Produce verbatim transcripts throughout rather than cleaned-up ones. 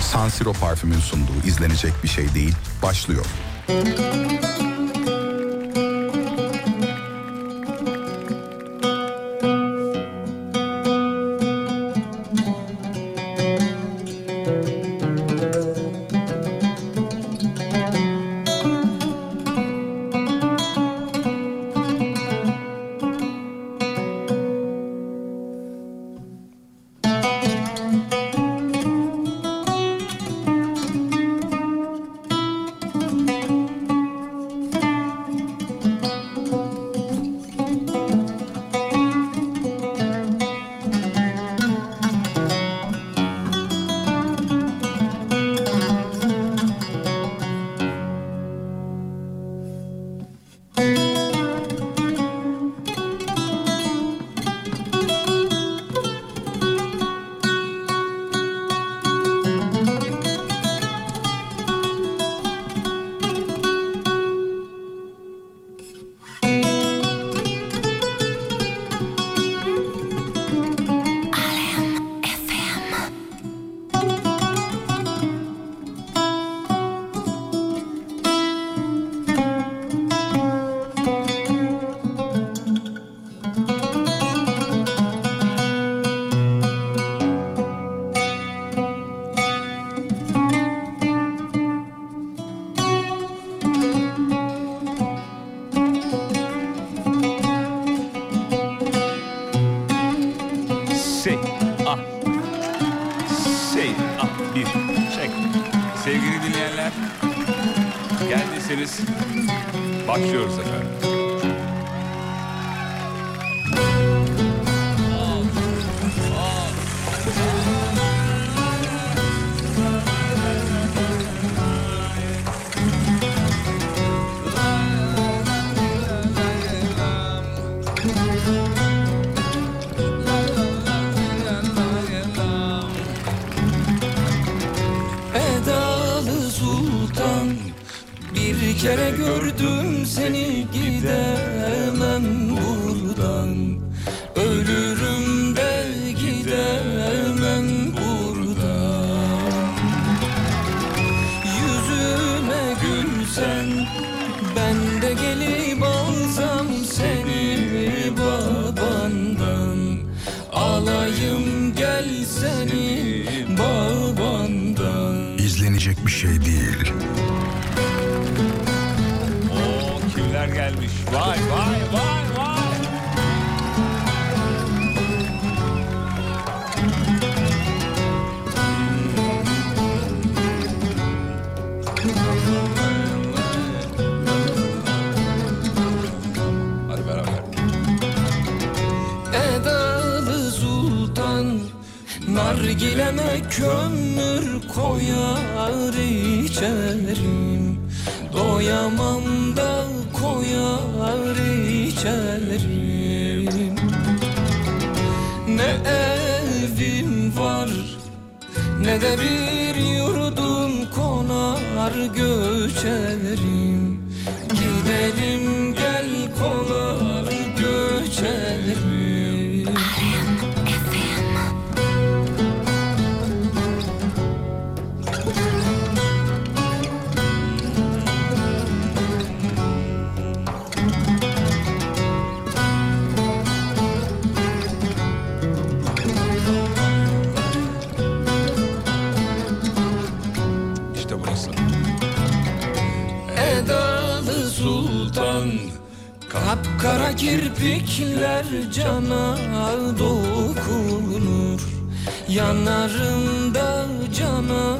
San Siro parfümün sunduğu izlenecek bir şey değil başlıyor. Başlıyoruz efendim. Edalı Sultan, bir kere gördüm seni, gidemem buradan. Ölürüm de gidemem buradan. Yüzüme gülsen, ben de gelip alsam seni babandan. Alayım gel seni babandan. İzlenecek bir şey değil. Oo, kimler gelmiş? Vay vay vay vay. Hadi beraber. Edalı Sultan, nargileme kömür koyar içerim. Doyamam da koyar içerim. Ne evim var, ne de bir yurdum konar göçerim. Gidelim gel konar göçerim. İşte burası. Edalı Sultan, kapkara kirpikler cana dokunur. Yanarında cana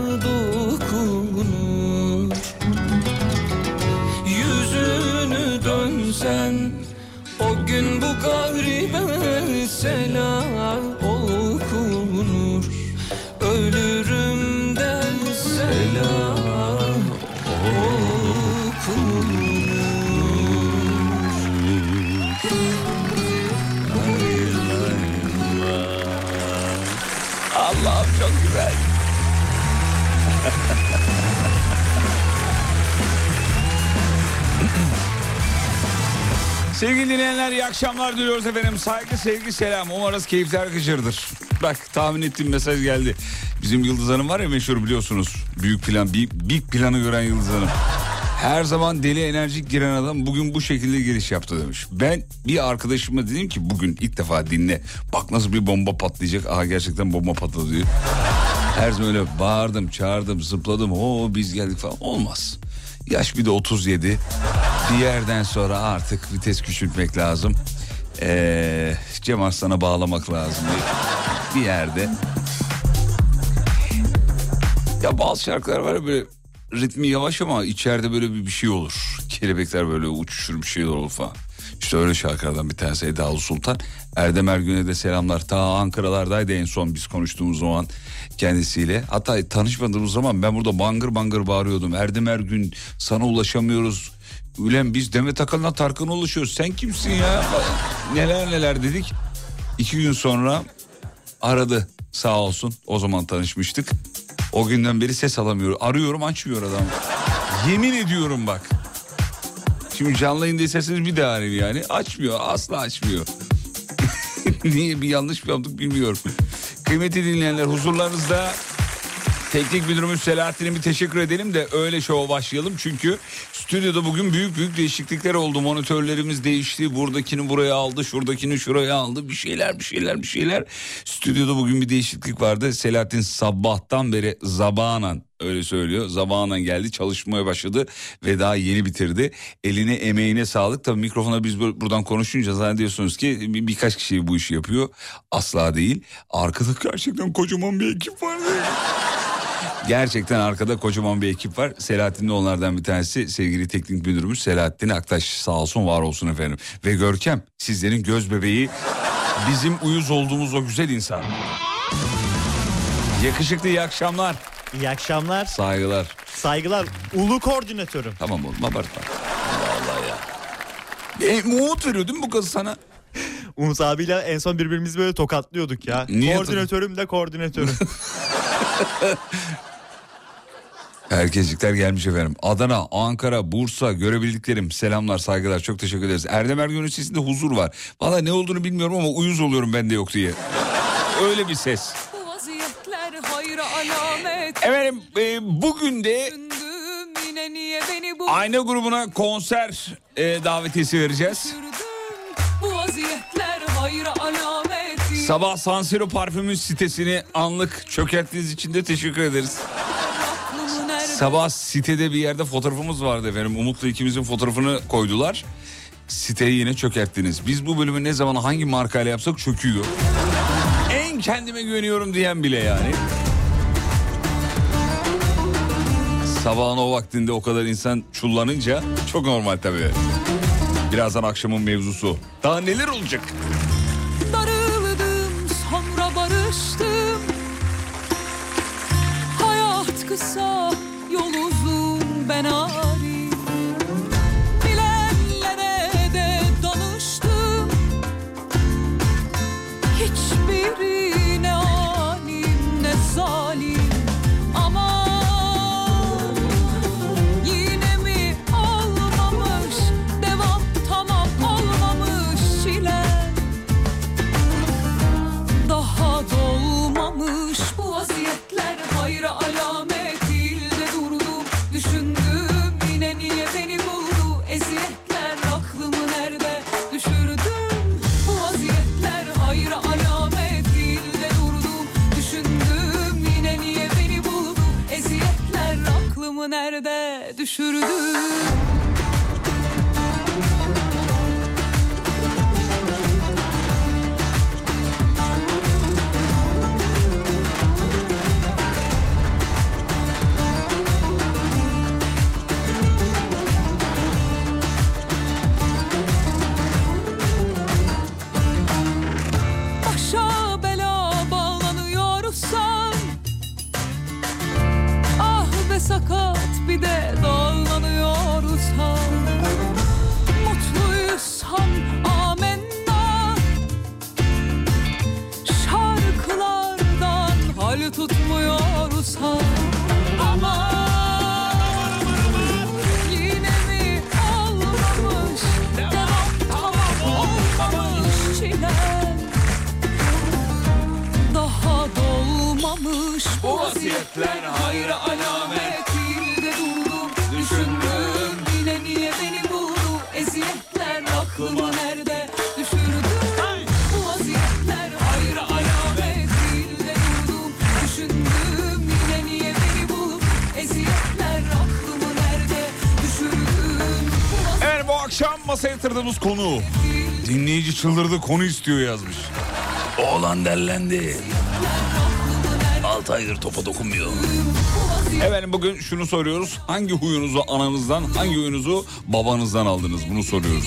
dokunur. Yüzünü dönsen, o gün bu garibe selam okunur. Ölürüm de selam okunur. Allah'ım çok güzel. Sevgili dinleyenler, iyi akşamlar diliyoruz efendim. Saygı, sevgi, selam. Umarız keyifler gıcırdır. bak tahmin ettiğim mesaj geldi. Bizim Yıldız Hanım var ya, meşhur biliyorsunuz. Büyük plan, big, big planı gören Yıldız Hanım. Her zaman deli enerjik giren adam bugün bu şekilde giriş yaptı demiş. Ben bir arkadaşıma dedim ki bugün ilk defa dinle. Bak nasıl bir bomba patlayacak. Aha gerçekten bomba patladı diyor. Her zaman öyle bağırdım, çağırdım, zıpladım. Oo biz geldik falan. Olmaz. Yaş bir de otuz yedi. Bir yerden sonra artık vites küçültmek lazım. Ee, Cem Arslan'a bağlamak lazım. Bir, bir yerde. Ya bazı şarkılar var ya böyle ritmi yavaş ama içeride böyle bir, bir şey olur. Kelebekler böyle uçuşur, bir şey olur falan. İşte öyle şarkılardan bir tanesi Eda Ulu Sultan. Erdem Ergün'e de selamlar. Ta Ankara'lardaydı en son biz konuştuğumuz zaman kendisiyle. Hatta tanışmadığımız zaman ben burada bangır bangır bağırıyordum. Erdem Ergün, sana ulaşamıyoruz. Ulan biz Demet Akalın'a, Tarkan'a ulaşıyoruz. Sen kimsin ya? Neler neler dedik. İki gün sonra aradı sağ olsun. O zaman tanışmıştık. O günden beri ses alamıyor. Arıyorum, açmıyor adam. Yemin ediyorum bak. Şimdi canlı yayında isterseniz bir daha arayayım yani. Açmıyor, asla açmıyor. Niye, bir yanlış mı yaptık bilmiyorum. Kıymetli dinleyenler, huzurlarınızda teknik müdürümüz Selahattin'e bir teşekkür edelim de öyle şova başlayalım. Çünkü stüdyoda bugün büyük büyük değişiklikler oldu. Monitörlerimiz değişti. Buradakini buraya aldı, şuradakini şuraya aldı. Bir şeyler, bir şeyler, bir şeyler. Stüdyoda bugün bir değişiklik vardı. Selahattin sabahtan beri zabanan, öyle söylüyor, zabanan geldi, çalışmaya başladı ve daha yeni bitirdi. Eline emeğine sağlık. Tabii mikrofona biz buradan konuşunca zannediyorsunuz ki bir, birkaç kişi bu işi yapıyor. Asla değil. Arkada gerçekten kocaman bir ekip var. Gerçekten arkada kocaman bir ekip var. Selahattin de onlardan bir tanesi. Sevgili teknik müdürümüz Selahattin Aktaş, sağ olsun var olsun efendim. Ve Görkem, sizlerin göz bebeği, bizim uyuz olduğumuz o güzel insan. Yakışıklı, iyi akşamlar. İyi akşamlar. Saygılar. Saygılar. Ulu koordinatörüm. Tamam oğlum, abartma. Vallahi ya. E, umut veriyor değil mi bu kız sana? Umut abiyle en son birbirimizi böyle tokatlıyorduk ya. Niye koordinatörüm de koordinatörüm. Herkeslikler gelmiş efendim. Adana, Ankara, Bursa görebildiklerim. Selamlar, saygılar, çok teşekkür ederiz. Erdem Ergün'ün sesinde huzur var. Valla ne olduğunu bilmiyorum ama uyuz oluyorum ben de yok diye. Öyle bir ses. Efendim e, bugün de Ayna grubuna konser e, davetiyesi vereceğiz. Sabah San Siro parfümün sitesini anlık çökerttiğiniz için de teşekkür ederiz. Sabah sitede bir yerde fotoğrafımız vardı efendim. Umut'la ikimizin fotoğrafını koydular. Siteyi yine çökerttiniz. Biz bu bölümü ne zaman hangi markayla yapsak çöküyor. En kendime güveniyorum diyen bile yani. Sabahın o vaktinde o kadar insan çullanınca çok normal tabii. Birazdan akşamın mevzusu. Daha neler olacak? Darıldım, sonra barıştım. Hayat kısa, yol uzun, ben arayayım. Bilenlere de danıştım. Hiçbiri ne alim ne zalim. Ama yine mi olmamış, devam tamam olmamış çile. Daha dolmamış bu vaziyetler, hayra alamet değil de durdum. Düşündüm yine niye beni buldu, eziyetler aklımı nerede düşürdüm. Bu vaziyetler hayra alamet değil de durdum. Düşündüm yine niye beni buldu, eziyetler aklımı nerede düşürdüm. Başa bela bağlanıyorsan, ah be sakat bir de dağlanıyorsan, hayra alamet değil de durdum düşündüm yine niye beni buldu eziyetler aklıma nerede düşürdüm bu vaziyetler hayra alamet değil de durdum düşündüm yine niye beni buldu eziyetler aklıma nerede düşürdüm bu vaziyetler. Evet, bu akşam masaya yatırdığımız konu. Dinleyici çıldırdı, konu istiyor yazmış. Oğlan derlendi. altı aydır topa dokunmuyor. Efendim bugün şunu soruyoruz. Hangi huyunuzu ananızdan, hangi huyunuzu babanızdan aldınız? Bunu soruyoruz.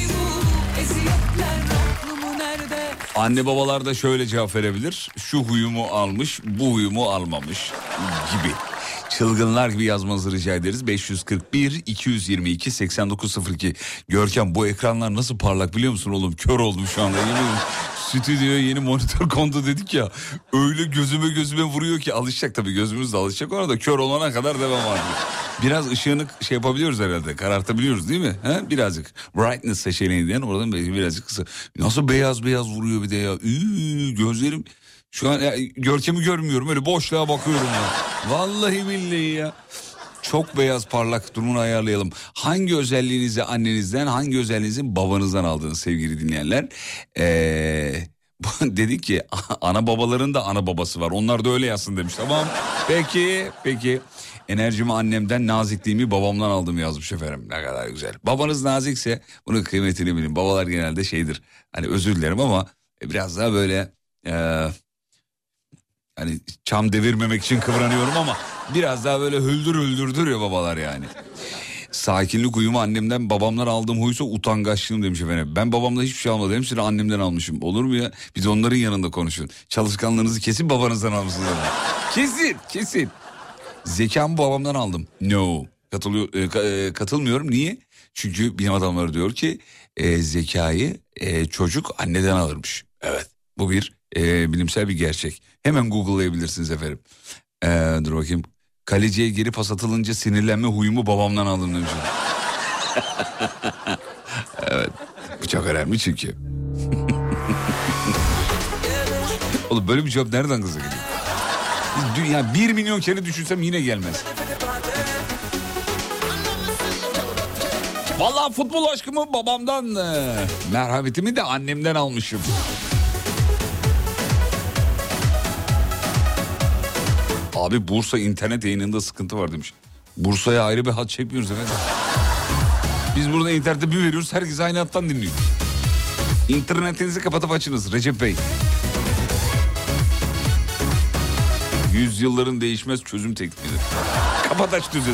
Anne babalar da şöyle cevap verebilir. Şu huyumu almış, bu huyumu almamış gibi. Çılgınlar gibi yazmanızı rica ederiz. beş yüz kırk bir iki yüz yirmi iki seksen dokuz sıfır iki. Görkem, bu ekranlar nasıl parlak biliyor musun oğlum? Kör oldum şu anda. Yemin stüdyoya yeni monitör kondu dedik ya. Öyle gözüme gözüme vuruyor ki, alışacak tabii, gözümüz de alışacak. Orada kör olana kadar devam var. Biraz ışığını şey yapabiliyoruz herhalde. Karartabiliyoruz değil mi? He? Birazcık. Brightness seçeneği diyen oradan birazcık kısa. Nasıl beyaz beyaz vuruyor bir de ya. Üü, gözlerim. Şu an ya, Görkem'i görmüyorum, öyle boşluğa bakıyorum ya. Vallahi billahi ya. Çok beyaz parlak, durumunu ayarlayalım. Hangi özelliğinizi annenizden, hangi özelliğinizi babanızdan aldınız sevgili dinleyenler? Ee, dedik ki ana babaların da ana babası var. Onlar da öyle yazsın demiş. Tamam. Peki, peki. Enerjimi annemden, nazikliğimi babamdan aldım yazmış efendim. Ne kadar güzel. Babanız nazikse bunun kıymetini bilin. Babalar genelde şeydir. Hani özür dilerim ama biraz daha böyle... Ee, Hani çam devirmemek için kıvranıyorum ama biraz daha böyle hüldür hüldür duruyor babalar yani. Sakinlik uyumu annemden, babamdan aldığım huysa utangaçlığım demiş efendim. Ben babamdan hiçbir şey almadım. Hepsini annemden almışım. Olur mu ya? Biz onların yanında konuşun. Çalışkanlığınızı kesin babanızdan almışsınız. Kesin, kesin. Zekamı babamdan aldım. No. Katılıyor, e, katılmıyorum. Niye? Çünkü bilim adamları diyor ki e, zekayı e, çocuk anneden alırmış. Evet. Bu bir e, bilimsel bir gerçek. Hemen Google'layabilirsiniz efendim. E, dur bakayım. Kaleciye geri pas atılınca sinirlenme huyumu babamdan aldım demiş. Evet. Bu çok önemli çünkü. Oğlum böyle bir cevap nereden kıza geliyor? Dünya bir milyon kere düşünsem yine gelmez. Vallahi futbol aşkımı babamdan, merhametimi de annemden almışım. Abi Bursa internet yayınında sıkıntı var demiş. Bursa'ya ayrı bir hat çekmiyoruz efendim. Biz burada internette bir veriyoruz, herkes aynı hattan dinliyor. İnternetinizi kapatıp açınız Recep Bey. Yüzyılların değişmez çözüm tekniğidir. Kapat aç düzelir.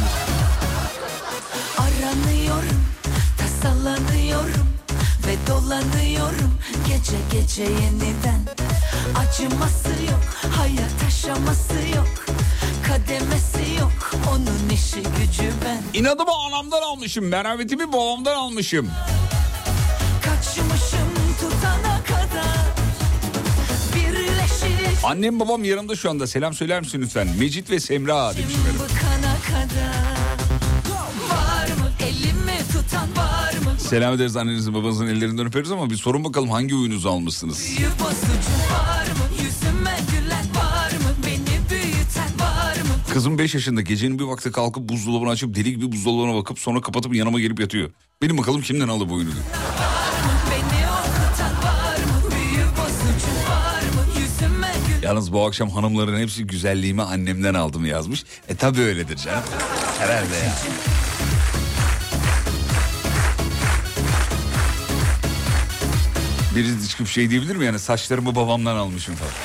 Aranıyorum, tasalanıyorum ve dolanıyorum gece gece yeniden. Acıması yok, hayat aşaması yok, kademesi yok, onun işi gücü ben. İnadımı anamdan almışım, merhametimi babamdan almışım. Kaçmışım tutana kadar birleşik. Annem babam yanımda şu anda, selam söyler misin lütfen? Mecit ve Semra demiş efendim. Bıkana kadar var mı elimi tutan var mı? Selam ederiz, annenizin babanızın ellerinden öperiz ama bir sorun bakalım, hangi oyunuzu almışsınız? Büyü bozucu var mı? Yüzüme gülen var mı? Beni büyüten var mı? Kızım beş yaşında, gecenin bir vakti kalkıp buzdolabını açıp deli gibi buzdolabına bakıp sonra kapatıp yanıma gelip yatıyor. Benim bakalım kimden aldı bu oyunu diyor. Beni okutan var mı? Büyü bozucu var mı? Yüzüme gülen. Yalnız bu akşam hanımların hepsi güzelliğimi annemden aldım yazmış. E tabi öyledir canım. Herhalde ya. Birisi çıkıp şey diyebilir mi yani, saçlarımı babamdan almışım falan.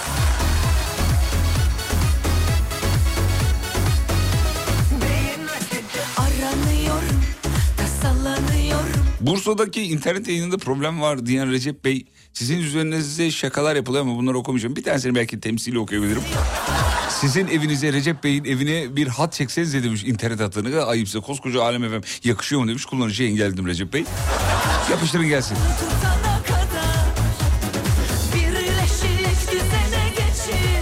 Aranıyorum, tasalanıyorum. Bursa'daki internet yayınında problem var diyen Recep Bey, sizin üzerinize şakalar yapılıyor ama bunları okumayacağım. Bir tanesini belki temsili okuyabilirim. Sizin evinize, Recep Bey'in evine bir hat çekseniz de demiş, internet hattını. Ayıp size, koskoca Alem F M yakışıyor mu demiş. Kullanıcıya engelledim Recep Bey. Yapıştırın gelsin. Tutana kadar birleşik düzene geçir.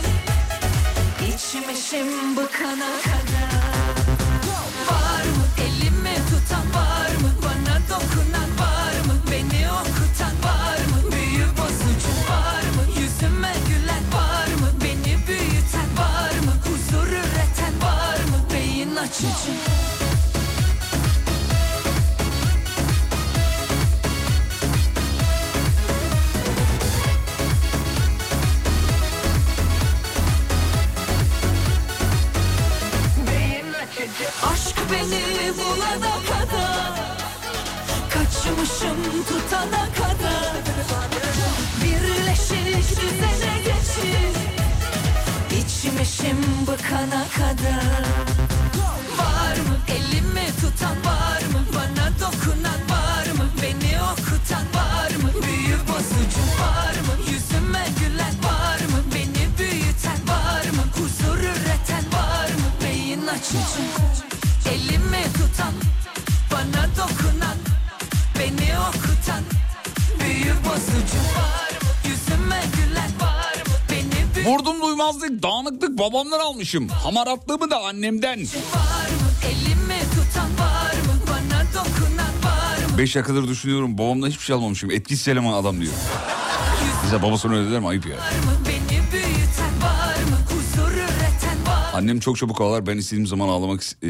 İçmişim bıkana kadar. Var mı elimi tutan var mı? Bana dokunan var mı? Beni okutan var mı? Büyü bozucu var mı? Yüzüme gülen var mı? Beni büyüten var mı? Huzur üreten var mı? açıcı. Aşk beni bulana kadar, kaçmışım tutana kadar, birleşik düzene geçir, içmişim bıkana kadar. Var mı elimi tutan, var mı bana dokunan, var mı beni okutan, var mı büyü bozucu, var mı yüzüme gülen, var mı beni büyüten, var mı huzur üreten, var mı beyin açıcı, elimi tutan, bana dokunan, beni okutan, büyü bozucu, var mı yüzüme gülen, var mı beni büyüten. Vurdum duymazlık, dağınıklık babamdan almışım. Hamaratlığımı da annemden. Var mı elimi tutan, var mı bana dokunan, var mı? Beş dakikadır düşünüyorum, babamdan hiçbir şey almamışım. Etkisiz eleman adam diyor. Bize babasını öyle der mi? Ayıp ya. Var mı beni büyüten, var mı huzur üreten, var mı? Annem çok çabuk ağlar, ben istediğim zaman ağlamak e,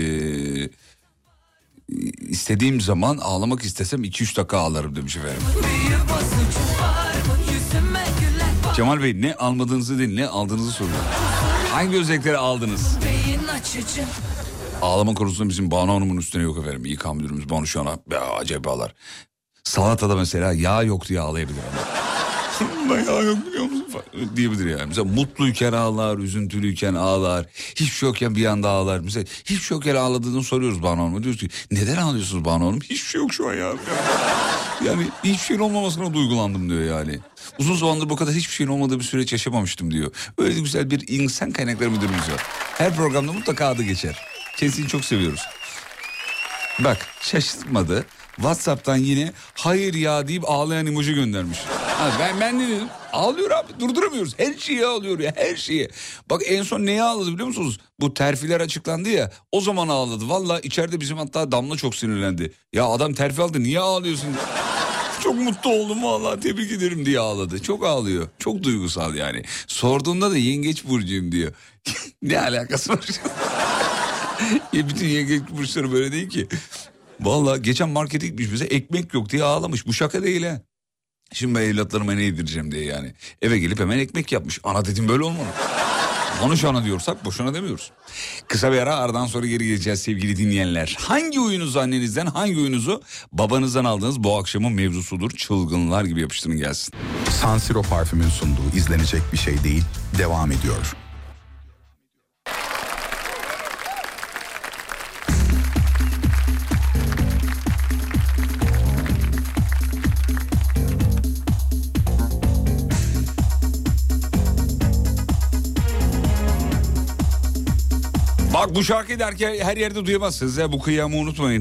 istediğim zaman ağlamak istesem iki üç dakika ağlarım demiş efendim. Büyü bozucu, var mı yüzüme gülen, var mı? Kemal Bey, ne almadığınızı değil, ne aldığınızı soruyor. Hangi özellikleri aldınız? Beyin açıcı. Ağlama konusunda bizim Banu Hanım'ın üstüne yok efendim. İK müdürümüz Banu şu an ya, acayip ağlar. Salatada mesela yağ yok diye ağlayabilir ama. Ben yağ yok biliyor musun falan diyebilir yani. Mesela mutluyken ağlar, üzüntülüyken ağlar. Hiçbir şey yokken bir anda ağlar. Mesela hiçbir şey yokken ağladığını soruyoruz Banu Hanım'a. Diyoruz ki neden ağlıyorsunuz Banu Hanım? Hiçbir şey yok şu an ya. Yani hiçbir şeyin olmamasına duygulandım diyor yani. Uzun zamandır bu kadar hiçbir şeyin olmadığı bir süreç yaşamamıştım diyor. Öyle de güzel bir insan kaynakları müdürümüz var. Her programda mutlaka adı geçer. Kendisini çok seviyoruz. Bak şaşırtmadı. WhatsApp'tan yine hayır ya deyip ağlayan emoji göndermiş. Ha, ben ben ne dedim? Ağlıyor abi, durduramıyoruz. Her şeyi ağlıyor ya, her şeyi. Bak en son neye ağladı biliyor musunuz? Bu terfiler açıklandı ya, o zaman ağladı. Vallahi içeride bizim hatta Damla çok sinirlendi. Ya adam terfi aldı, niye ağlıyorsun? Çok mutlu oldum vallahi, tebrik ederim diye ağladı. Çok ağlıyor. Çok duygusal yani. Sorduğunda da yengeç burcuyum diyor. Ne alakası var? Ya bütün yengeç burçları böyle değil ki. Vallahi geçen markete gitmiş bize, ekmek yok diye ağlamış. Bu şaka değil ha. Şimdi ben evlatlarıma ne yedireceğim diye yani. Eve gelip hemen ekmek yapmış. Ana dedim böyle olmalı. Konuş ana diyorsak boşuna demiyoruz. Kısa bir ara, aradan sonra geri geleceğiz sevgili dinleyenler. Hangi oyunuzu annenizden, hangi oyunuzu babanızdan aldığınız bu akşamın mevzusudur. Çılgınlar gibi yapıştırın gelsin. San Siro parfümün sunduğu izlenecek bir şey değil devam ediyor. Bak bu şarkıyı derken her yerde duyamazsınız ya, bu kıyamı unutmayın.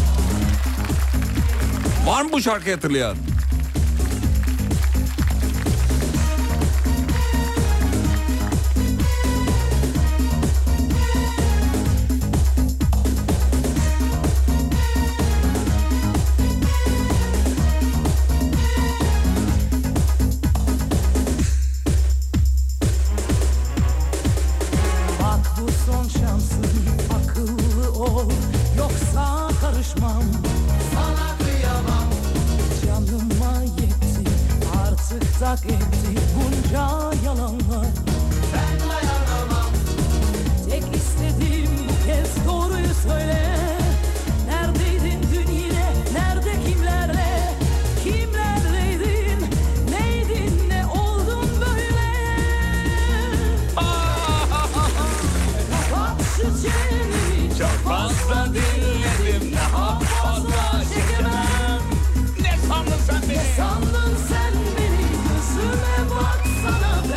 Var mı bu şarkıyı hatırlayan? Etti bunca yalanlar, ben dayanamam. Tek istediğim bu kez doğruyu söyle. Neredeydin dün yine, nerede kimlerle? Kimlerleydin, neydin, ne oldun böyle? Kapat şu çeneni, çok fazla dinledim, daha fazla çekemem. Ne sandın sen beni? Ne sandın sen beni? Gözüme baksana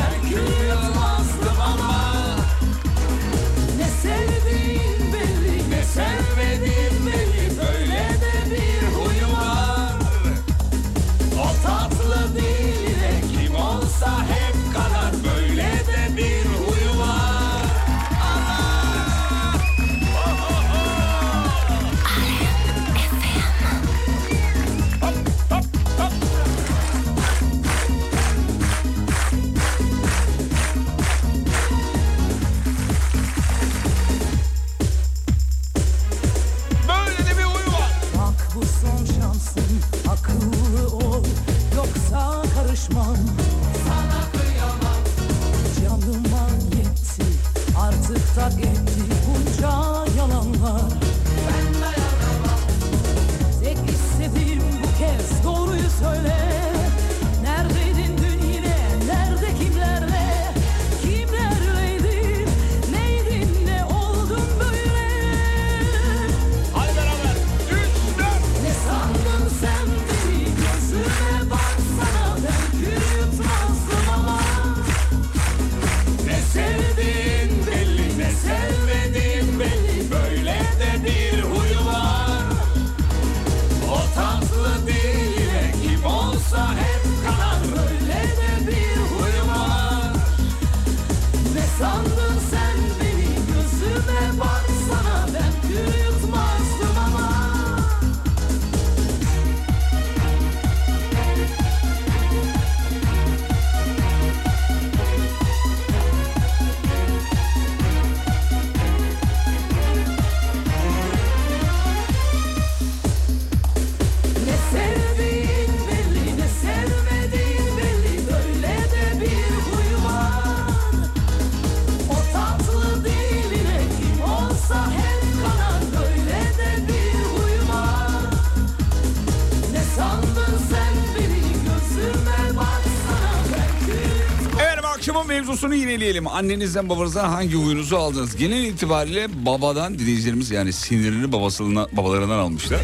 sorusunu yineleyelim. Annenizden babanızdan hangi huyunuzu aldınız? Genel itibariyle babadan, dinleyicilerimiz yani sinirini babasına, babalarından almışlar.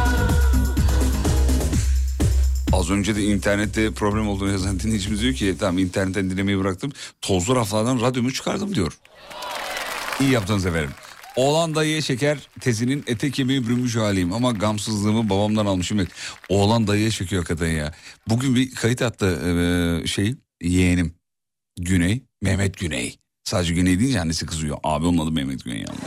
Az önce de internette problem olduğunu yazan dinleyicimiz diyor ki tamam internetten dinlemeyi bıraktım. Tozlu raflardan radyomu çıkardım diyor. İyi yaptınız efendim. Oğlan dayıya şeker tezinin ete kemiği bürünmüş haliyim ama gamsızlığımı babamdan almışım. Oğlan dayıya çekiyor hakikaten ya. Bugün bir kayıt attı ee, şey yeğenim Güney, Mehmet Güney. Sadece Güney deyince annesi kızıyor. Abi onun adı Mehmet Güney yani.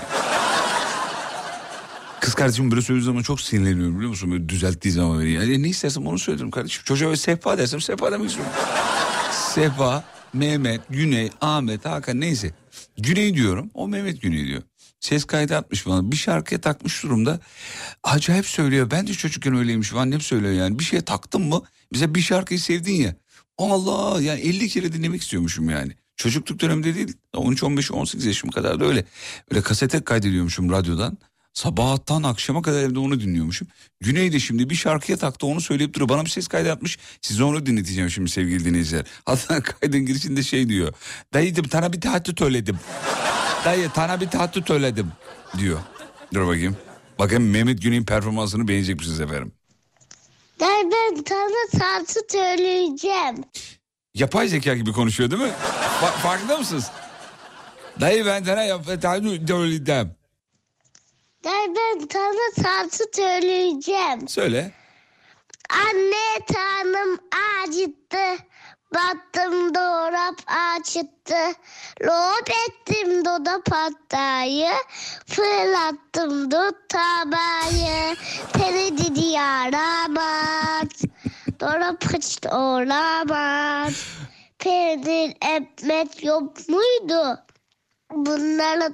Kız kardeşim böyle söylediği zaman çok sinirleniyorum biliyor musun? Böyle düzelttiği zaman beni. Yani ne istersem onu söylerim kardeşim. Çocuğa böyle Sehpa dersem Sehpa demek istiyorum. Sehpa, Mehmet, Güney, Ahmet, Hakan neyse. Güney diyorum, o Mehmet Güney diyor. Ses kaydı atmış bana. Bir şarkıya takmış durumda. Acayip söylüyor. Ben de çocukken öyleymişim. Annem söylüyor yani. Bir şeye taktın mı? Bize bir şarkıyı sevdin ya. Allah yani elli kere dinlemek istiyormuşum yani. Çocukluk döneminde değil. on üç on beş on sekiz yaşım kadar da öyle. Öyle kasete kaydediyormuşum radyodan. Sabahtan akşama kadar evde onu dinliyormuşum. Güney de şimdi bir şarkıya taktı onu söyleyip duruyor. Bana bir ses kaydı atmış. Size onu dinleteceğim şimdi sevgili dinleyiciler. Hatta kaydın girişinde şey diyor. Dayıcım sana bir tahtı söyledim. Dayı sana bir tahtı söyledim diyor. Dur bakayım. Bakın Mehmet Güney'in performansını beğenecek misiniz efendim? Dayı ben sana tahtı söyleyeceğim. Yapay zeka gibi konuşuyor değil mi? Fa- farkında mısınız? Dayı ben sana yapay tahtı söyleyeceğim. Dayı ben sana tahtı söyleyeceğim. Söyle. Anne tanım acıttı. Battım doğrap açıttı. Lob ettim doda patlayı. Fırlattım dut tabayı. Teni dedi yaramaz. Doğrap açtı olamaz. Peynir ekmek yok muydu? Bunların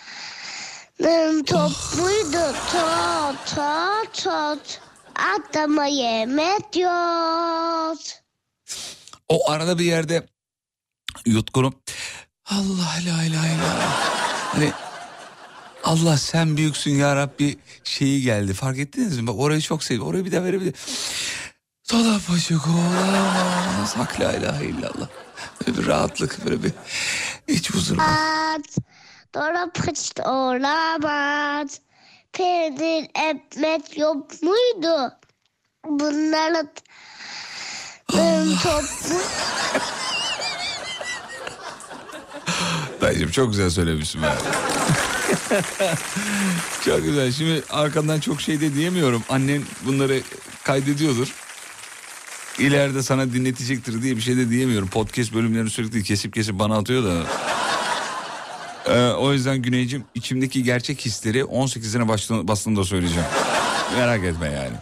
top muydu? Tot tot tot. Adama yemek yok. O arada bir yerde yutkunup Allah la ilahe illallah. Hani Allah sen büyüksün ya Rabbi şeyi geldi. Fark ettiniz mi? Bak orayı çok sevdim. Orayı bir daha verebilir. Dolap açık olamaz. Hak la ilahe illallah. Böyle bir rahatlık, böyle bir iç huzur. Dolap açık olamaz. Peynir ekmek yok muydu? Bunların toplu. Dayıcım çok güzel söylemişsin ben. Çok güzel. Şimdi arkandan çok şey de diyemiyorum. Annen bunları kaydediyordur. İleride sana dinletecektir diye bir şey de diyemiyorum. Podcast bölümlerini sürekli kesip kesip bana atıyor da. Ee, o yüzden Güneyciğim içimdeki gerçek hisleri on sekizine bastığında söyleyeceğim. Merak etme yani.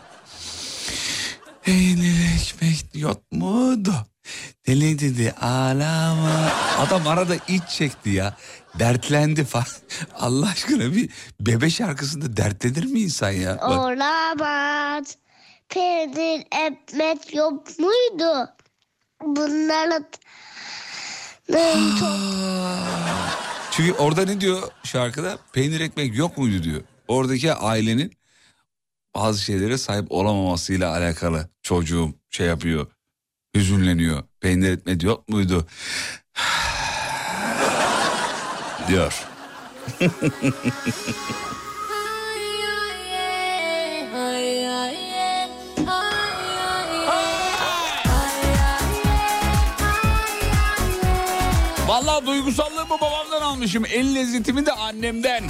Peynir ekmek yok muydu? Deli dedi ağlama. Adam arada iç çekti ya. Dertlendi falan. Allah aşkına bir bebe şarkısında dertlenir mi insan ya? Bak. Olamaz. Peynir ekmek yok muydu? Bunların Çünkü orada ne diyor şarkıda? Peynir ekmek yok muydu diyor. Oradaki ailenin bazı şeylere sahip olamamasıyla alakalı çocuğum şey yapıyor. Hüzünleniyor. Peynir ekmek yok muydu? diyor. Vallahi duygusallığımı babamdan almışım. El lezzetimi de annemden.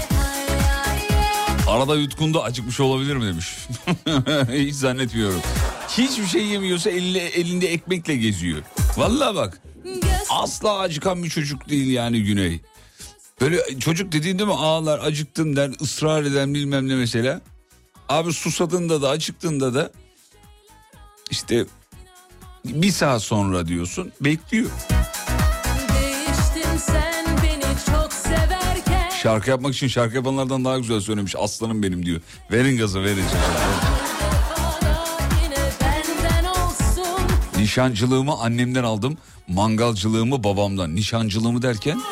Arada yutkundu, acıkmış olabilir mi demiş. Hiç zannetmiyorum. Hiçbir şey yemiyorsa elinde, elinde ekmekle geziyor. Vallahi bak. Asla acıkan bir çocuk değil yani Güney. Böyle çocuk dediğin değil mi, ağlar, acıktın der, ısrar eden bilmem ne mesela. Abi susadığında da acıktığında da işte bir saat sonra diyorsun, bekliyor. Şarkı yapmak için şarkı yapanlardan daha güzel söylemiş. Aslanım benim diyor. Verin gazı, verin. Nişancılığımı annemden aldım. Mangalcılığımı babamdan. Nişancılığımı derken?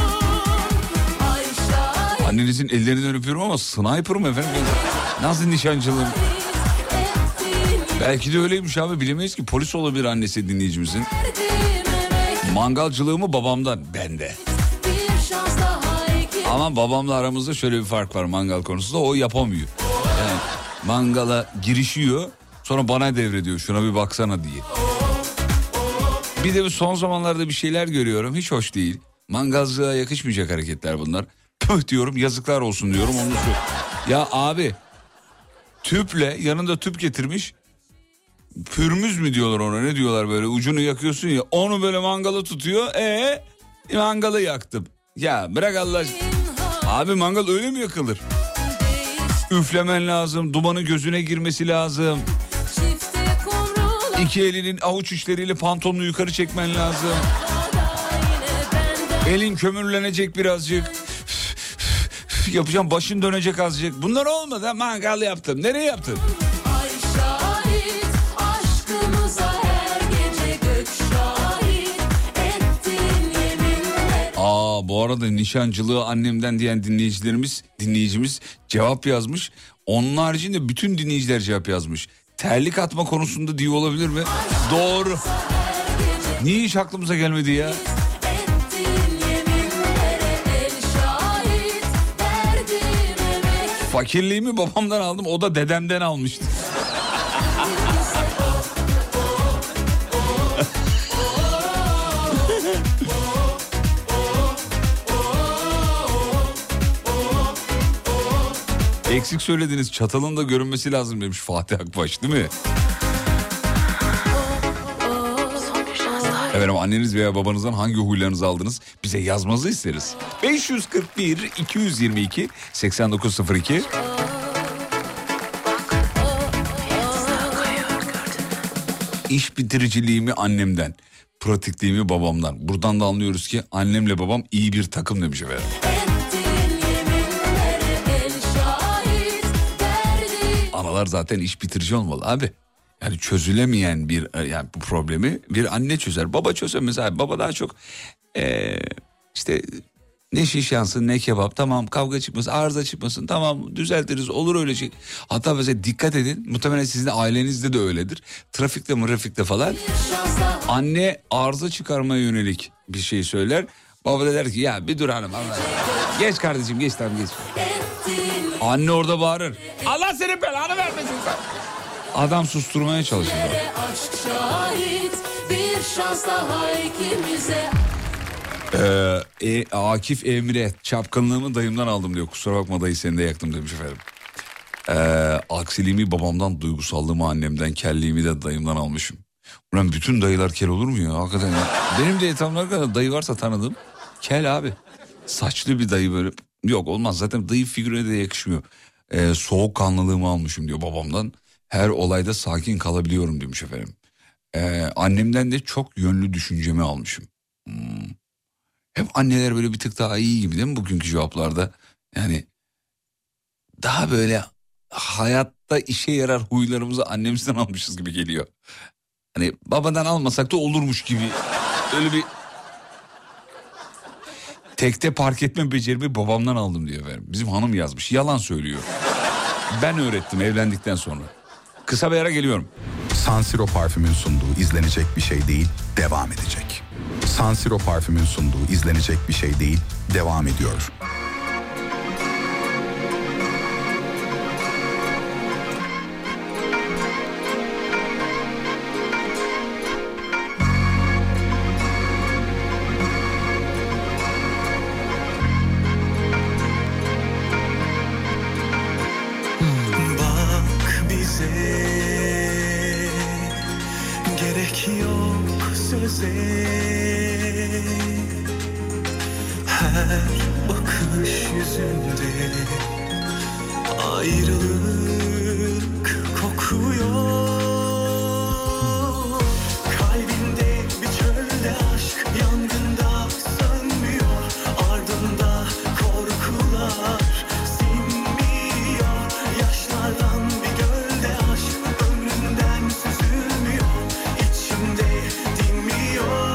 Annenizin ellerinden öpüyorum ama sniper'ım efendim. Nasıl nişancılığım? Belki de öyleymiş abi, bilemeyiz ki. Polis olabilir annesi dinleyicimizin. Mangalcılığımı babamdan, bende. Ama babamla aramızda şöyle bir fark var mangal konusunda, o yapamıyor. Yani mangala girişiyor, sonra bana devrediyor, şuna bir baksana diye. Bir de bu son zamanlarda bir şeyler görüyorum, hiç hoş değil. Mangalcılığa yakışmayacak hareketler bunlar. Püh diyorum, yazıklar olsun diyorum. Onu ya abi, tüple, yanında tüp getirmiş. Pürmüz mü diyorlar ona, ne diyorlar, böyle ucunu yakıyorsun ya, onu böyle mangala tutuyor. E mangalı yaktım. Ya bırak Allah aşkına. Abi mangal öyle mi yakılır? Üflemen lazım, dumanı gözüne girmesi lazım. İki elinin avuç içleriyle pantolonu yukarı çekmen lazım. Elin kömürlenecek birazcık. Yapacağım, başın dönecek azıcık. Bunlar olmadı, mangal yaptım. Nereye yaptın? Aa, bu arada nişancılığı annemden diyen dinleyicilerimiz, dinleyicimiz cevap yazmış. Onun haricinde bütün dinleyiciler cevap yazmış. Terlik atma konusunda diye olabilir mi? Doğru. Niye hiç aklımıza gelmedi ya? Fakirliğimi babamdan aldım, o da dedemden almıştı. Eksik söylediniz, çatalın da görünmesi lazım demiş Fatih Akbaş, değil mi? Efendim, anneniz veya babanızdan hangi huylarınızı aldınız bize yazmanızı isteriz. beş yüz kırk bir iki yüz yirmi iki seksen dokuz sıfır iki. İş bitiriciliğimi annemden, pratikliğimi babamdan. Buradan da anlıyoruz ki annemle babam iyi bir takım demiş efendim. Analar zaten iş bitirici olmalı abi. Yani çözülemeyen bir yani bu problemi bir anne çözer. Baba çözemez abi. Baba daha çok ee, işte ne şiş yansın ne kebap, tamam, kavga çıkmasın, arıza çıkmasın, tamam, düzeltiriz, olur öyle şey. Hatta mesela dikkat edin, muhtemelen sizin ailenizde de öyledir. Trafikte mırafikte falan anne arıza çıkarmaya yönelik bir şey söyler. Baba da der ki ya bir dur hanım, Allah. Geç kardeşim, geç, tamam geç. Anne orada bağırır. Allah senin belanı vermesin sen. Adam susturmaya çalışır. Bir şans daha ikimize. Ee, e, Akif Emre, çapkınlığımı dayımdan aldım diyor. Kusura bakma dayı, seni de yaktım demiş efendim. Ee, aksiliğimi babamdan, duygusallığımı annemden, kelliğimi de dayımdan almışım. Ulan bütün dayılar kel olur mu ya? Hakikaten ya. Benim de etrafımda kadar dayı varsa tanıdım. Kel abi. Saçlı bir dayı böyle. Yok, olmaz zaten, dayı figürüne de yakışmıyor. Ee, soğukkanlılığımı almışım diyor babamdan. Her olayda sakin kalabiliyorum demiş efendim. Ee, annemden de çok yönlü düşüncemi almışım. Hmm. Hep anneler böyle bir tık daha iyi gibi değil mi bugünkü cevaplarda? Yani daha böyle hayatta işe yarar huylarımızı annemizden almışız gibi geliyor. Hani babadan almasak da olurmuş gibi. Öyle bir tekte park etme becerimi babamdan aldım diyor efendim. Bizim hanım yazmış. Yalan söylüyor. Ben öğrettim evlendikten sonra. Kısa bir ara geliyorum. San Siro parfümün sunduğu izlenecek bir şey değil, devam edecek. San Siro parfümün sunduğu izlenecek bir şey değil, devam ediyor. Bak bize gerek yok söze, her bakış yüzünde ayrılık kokuyor. Kalbinde bir çölde aşk yangında sönmüyor, ardında korkular sinmiyor. Yaşlardan bir gölde aşk ömründen süzülmüyor, içimde dinmiyor.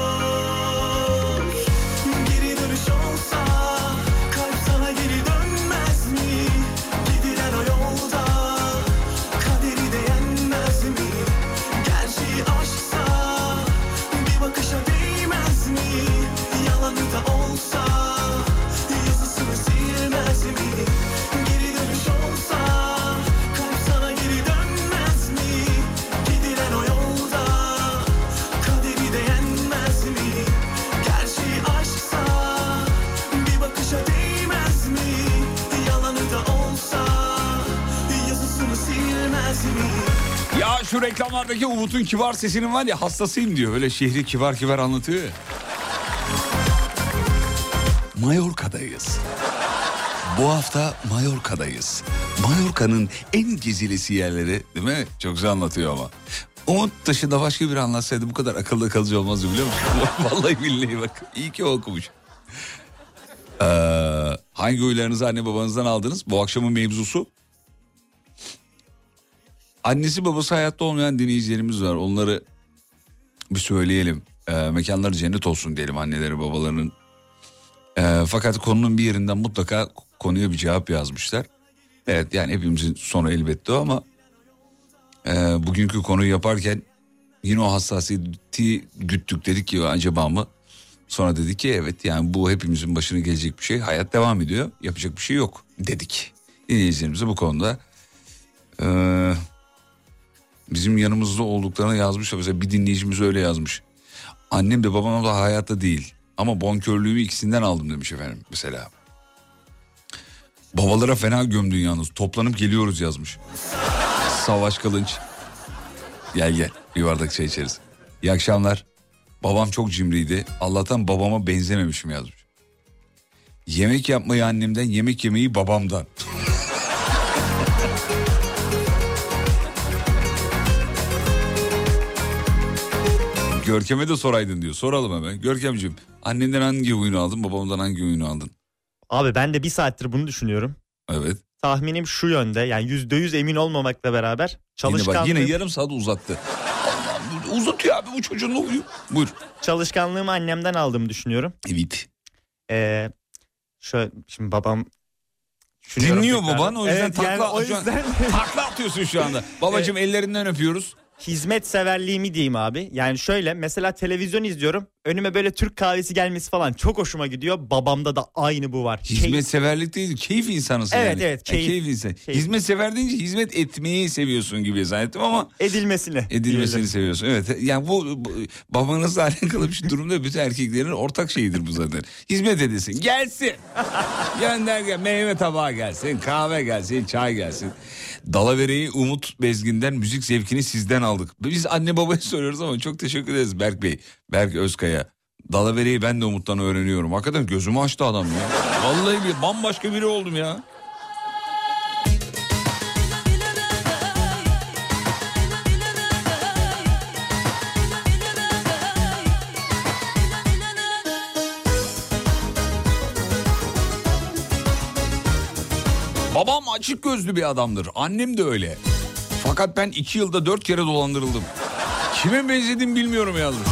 Geri dönüş olsa kalp sana geri dönmez mi? Gidilen o yol şu reklamlardaki Umut'un kibar sesinin var ya hastasıyım diyor. Öyle şehri kibar kibar anlatıyor ya. Mallorca'dayız. Bu hafta Mallorca'dayız. Mallorca'nın en gezilesi yerleri, değil mi? Çok güzel anlatıyor ama. Umut dışında başka biri anlatsaydı bu kadar akılda kalıcı olmazdı biliyor musun? Vallahi billahi bak. İyi ki okumuş. Ee, hangi oylarınızı anne babanızdan aldınız? Bu akşamın mevzusu. Annesi babası hayatta olmayan dinleyicilerimiz var. Onları bir söyleyelim. Ee, mekanları cennet olsun diyelim anneleri babalarının. Ee, fakat konunun bir yerinden mutlaka konuya bir cevap yazmışlar. Evet yani hepimizin sonu elbette o ama e, bugünkü konuyu yaparken yine o hassasiyeti güttük, dedik ki acaba mı? Sonra dedik ki evet yani bu hepimizin başına gelecek bir şey. Hayat devam ediyor, yapacak bir şey yok dedik. Dinleyicilerimize bu konuda e, bizim yanımızda olduklarını yazmış. Mesela bir dinleyicimiz öyle yazmış. Annem de babam da hayatta değil ama bonkörlüğümü ikisinden aldım demiş efendim mesela. Babalara fena gömdün yalnız. Toplanıp geliyoruz yazmış. Savaş Kılınç. Gel gel bir bardak çay içeriz. İyi akşamlar. Babam çok cimriydi. Allah'tan babama benzememişim yazmış. Yemek yapmayı annemden, yemek yemeyi babamdan. Görkem'e de soraydın diyor. Soralım hemen. Görkemciğim annenden hangi oyunu aldın, babamdan hangi oyunu aldın? Abi ben de bir saattir bunu düşünüyorum. Evet. Tahminim şu yönde, yani yüzde yüz emin olmamakla beraber Yine çalışkanlığım... bak yine yarım saat uzattı. Allah'ım, uzatıyor abi bu çocuğun uyu. Buyur. Çalışkanlığımı annemden aldığımı düşünüyorum. Evet. Ee, şöyle şimdi babam... Dinliyor tekrar. baban o yüzden Evet, takla, yani o yüzden... takla atıyorsun şu anda. Babacığım evet. Ellerinden öpüyoruz. Hizmetseverliğimi diyeyim abi. Yani şöyle mesela televizyon izliyorum. Önüme böyle Türk kahvesi gelmesi falan çok hoşuma gidiyor. Babamda da aynı bu var. Hizmetseverlik değil, keyif insanısın evet, yani. Evet evet. Keyif, keyif insan. Keyif. Hizmetsever deyince hizmet etmeyi seviyorsun gibi zannettim ama. Edilmesini. Edilmesini diyelim. seviyorsun. Evet yani bu, bu babanızla alakalı bir durumda bütün erkeklerin ortak şeyidir bu zaten. Hizmet edilsin. Gelsin. Gönder gel. Meyve tabağı gelsin. Kahve gelsin. Çay gelsin. Dalavere'yi Umut Bezgin'den müzik zevkini sizden aldık. Biz anne babaya soruyoruz ama çok teşekkür ederiz Berk Bey. Berk Özkaya. Dalavere'yi ben de Umut'tan öğreniyorum. Hakikaten gözümü açtı adam ya. Vallahi bir bambaşka biri oldum ya. Babam açık gözlü bir adamdır. Annem de öyle. Fakat ben iki yılda dört kere dolandırıldım. Kime benzedim bilmiyorum yazmış.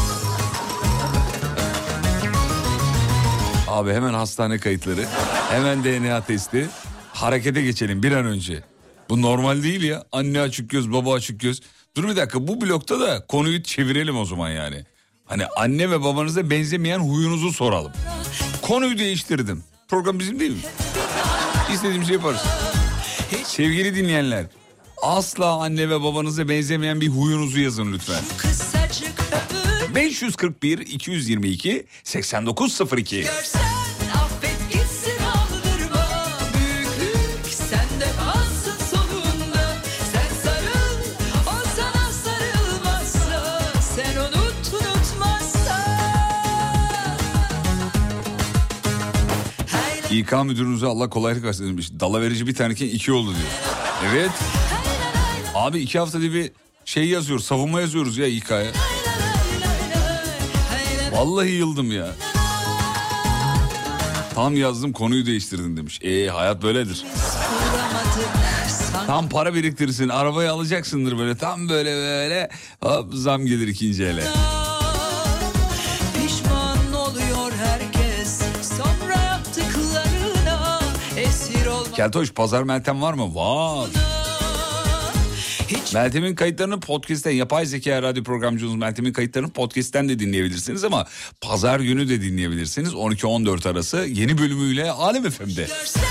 Abi hemen hastane kayıtları, hemen D N A testi, harekete geçelim bir an önce. Bu normal değil ya. Anne açık göz, baba açık göz. Dur bir dakika, bu blokta da konuyu çevirelim o zaman yani. Hani anne ve babanıza benzemeyen huyunuzu soralım. Konuyu değiştirdim. Program bizim değil mi? İstediğimiz şey yaparız. Sevgili dinleyenler, asla anne ve babanıza benzemeyen bir huyunuzu yazın lütfen. beş kırk bir iki yüz yirmi iki seksen dokuz sıfır iki. İK müdürünüze Allah kolaylık versin demiş. Dalaverici bir taneken iki oldu diyor. Evet. Abi iki haftada bir şey yazıyoruz, savunma yazıyoruz ya İK'ya. Vallahi yıldım ya. Tam yazdım, konuyu değiştirdin demiş. Eee hayat böyledir. Tam para biriktirirsin, arabayı alacaksındır böyle, tam böyle böyle hop zam gelir ikinci ele. Pişman oluyor herkes sonra yaptıklarına, esir olmak. Keltoş, pazar Meltem var mı? Var. Meltem'in kayıtlarını podcast'ten, yapay zeka radyo programcımız Meltem'in kayıtlarını podcast'ten de dinleyebilirsiniz ama pazar günü de dinleyebilirsiniz. on iki on dört arası yeni bölümüyle Alem F M'de.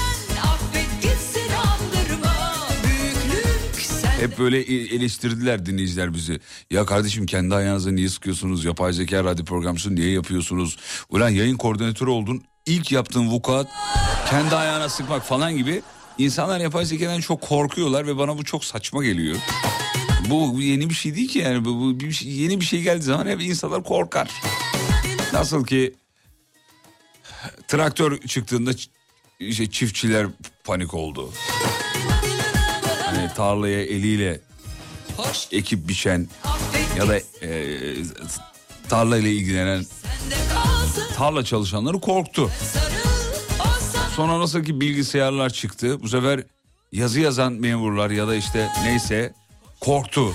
Hep böyle eleştirdiler dinleyiciler bizi. Ya kardeşim, kendi ayağınıza niye sıkıyorsunuz? Yapay zeka radyo programcısı niye yapıyorsunuz? Ulan yayın koordinatörü oldun. İlk yaptığın vukuat kendi ayağına sıkmak falan gibi. İnsanlar yapay zekadan çok korkuyorlar ve bana bu çok saçma geliyor. Bu yeni bir şey değil ki yani. Bu, bu bir şey, yeni bir şey geldiği zaman hep insanlar korkar. Nasıl ki traktör çıktığında işte çiftçiler panik oldu. Hani tarlaya eliyle ekip biçen ya da e, tarla ile ilgilenen tarla çalışanları korktu. Sonra nasıl ki bilgisayarlar çıktı, bu sefer yazı yazan memurlar ya da işte neyse korktu.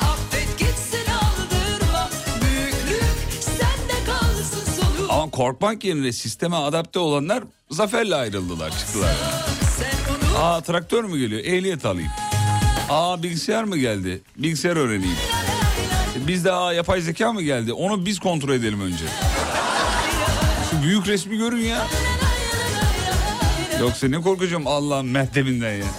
Ama korkmak yerine sisteme adapte olanlar zaferle ayrıldılar, çıktılar. Yani. Aa traktör mü geliyor? Ehliyet alayım. Aa bilgisayar mı geldi? Bilgisayar öğreneyim. Bizde aa yapay zeka mı geldi? Onu biz kontrol edelim önce. Şu büyük resmi görün ya. Yoksa ne korkacağım Allah'ın merteminden ya.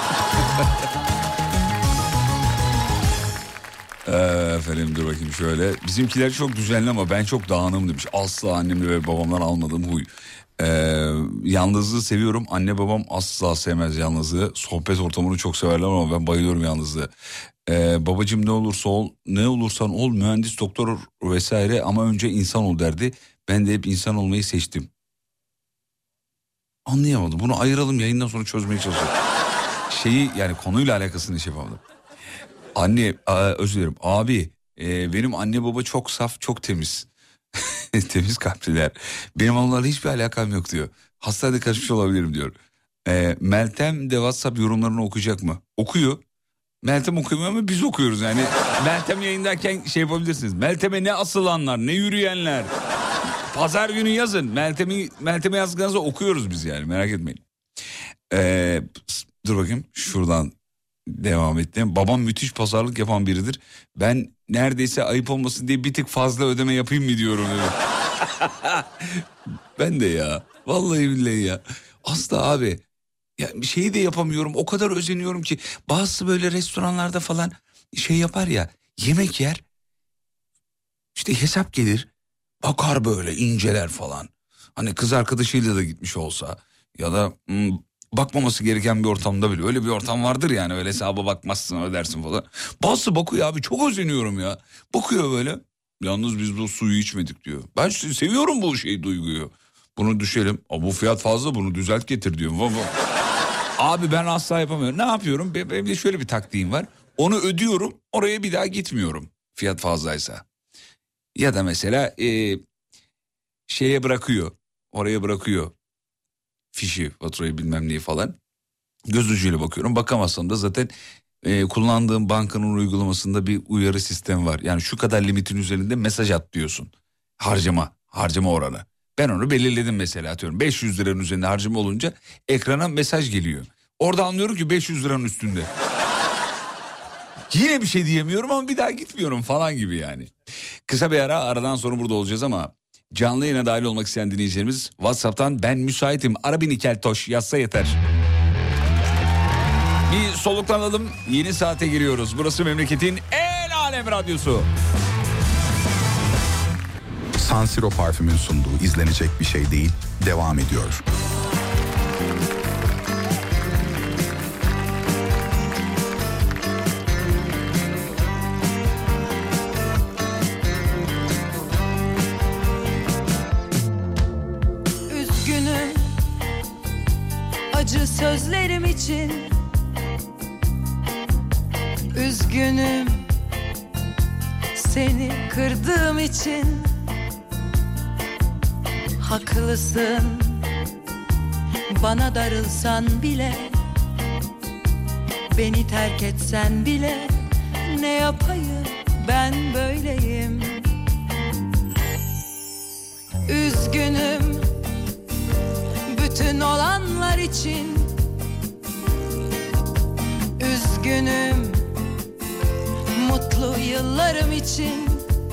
Ee, efendim dur bakayım şöyle. Bizimkiler çok düzenli ama ben çok dağınığım demiş. Asla annemle ve babamdan almadığım huy. Ee, yalnızlığı seviyorum. Anne babam asla sevmez yalnızlığı. Sohbet ortamını çok severler ama ben bayılıyorum yalnızlığı. Ee, babacığım ne olursa ol, ne olursan ol, mühendis, doktor vesaire ama önce insan ol derdi. Ben de hep insan olmayı seçtim. Anlayamadım. Bunu ayıralım, yayından sonra çözmeye çalışıyorum. Şeyi yani konuyla alakasını şey yapamadım. Anne, özür dilerim. Abi, e, benim anne baba çok saf, çok temiz. Temiz kalpliler. Benim onlarla hiçbir alakam yok diyor. Hastanede kaçmış olabilirim diyor. E, Meltem de WhatsApp yorumlarını okuyacak mı? Okuyor. Meltem okumuyor ama biz okuyoruz yani. Meltem yayındayken şey yapabilirsiniz. Meltem'e ne asılanlar, ne yürüyenler. Pazar günü yazın. Meltem'i Meltem'e yazdıklarınızda okuyoruz biz yani, merak etmeyin. E, dur bakayım şuradan devam ettim. Babam müthiş pazarlık yapan biridir. Ben neredeyse ayıp olmasın diye bir tık fazla ödeme yapayım mı diyorum. Ben de ya. Vallahi billahi ya. Asla abi. Ya bir şeyi de yapamıyorum. O kadar özeniyorum ki. Bazı böyle restoranlarda falan şey yapar ya. Yemek yer. İşte hesap gelir. Bakar böyle inceler falan. Hani kız arkadaşıyla da gitmiş olsa. Ya da hmm, bakmaması gereken bir ortamda bile. Öyle bir ortam vardır yani. Öyle hesaba bakmazsın, ödersin falan. Bazısı bakıyor abi, çok özeniyorum ya. Bakıyor böyle. Yalnız biz bu suyu içmedik diyor. Ben seviyorum bu şey duyguyu. Bunu düşelim. Bu fiyat fazla, bunu düzelt getir diyor. Abi ben asla yapamıyorum. Ne yapıyorum? Benim de şöyle bir taktiğim var. Onu ödüyorum, oraya bir daha gitmiyorum. Fiyat fazlaysa. Ya da mesela e, şeye bırakıyor. Oraya bırakıyor. Fişi, faturayı bilmem neyi falan. Göz ucuyla bakıyorum. Bakamazsam da zaten e, kullandığım bankanın uygulamasında bir uyarı sistemi var. Yani şu kadar limitin üzerinde mesaj at diyorsun. Harcama, harcama oranı. Ben onu belirledim mesela, atıyorum. beş yüz liranın üzerinde harcama olunca ekrana mesaj geliyor. Orada anlıyorum ki beş yüz liranın üstünde. Yine bir şey diyemiyorum ama bir daha gitmiyorum falan gibi yani. Kısa bir ara, aradan sonra burada olacağız ama canlı yayına dahil olmak isteyen dinleyicilerimiz WhatsApp'tan ben müsaitim ara beni keltoş yazsa yeter. Bir soluklanalım, yeni saate giriyoruz. Burası memleketin en alem radyosu. San Siro parfümün sunduğu izlenecek bir şey değil devam ediyor. Üzgünüm acı sözlerim için. Üzgünüm seni kırdığım için. Haklısın, bana darılsan bile, beni terk etsen bile, ne yapayım ben böyleyim. Üzgünüm bütün olanlar için. Üzgünüm mutlu yıllarım için.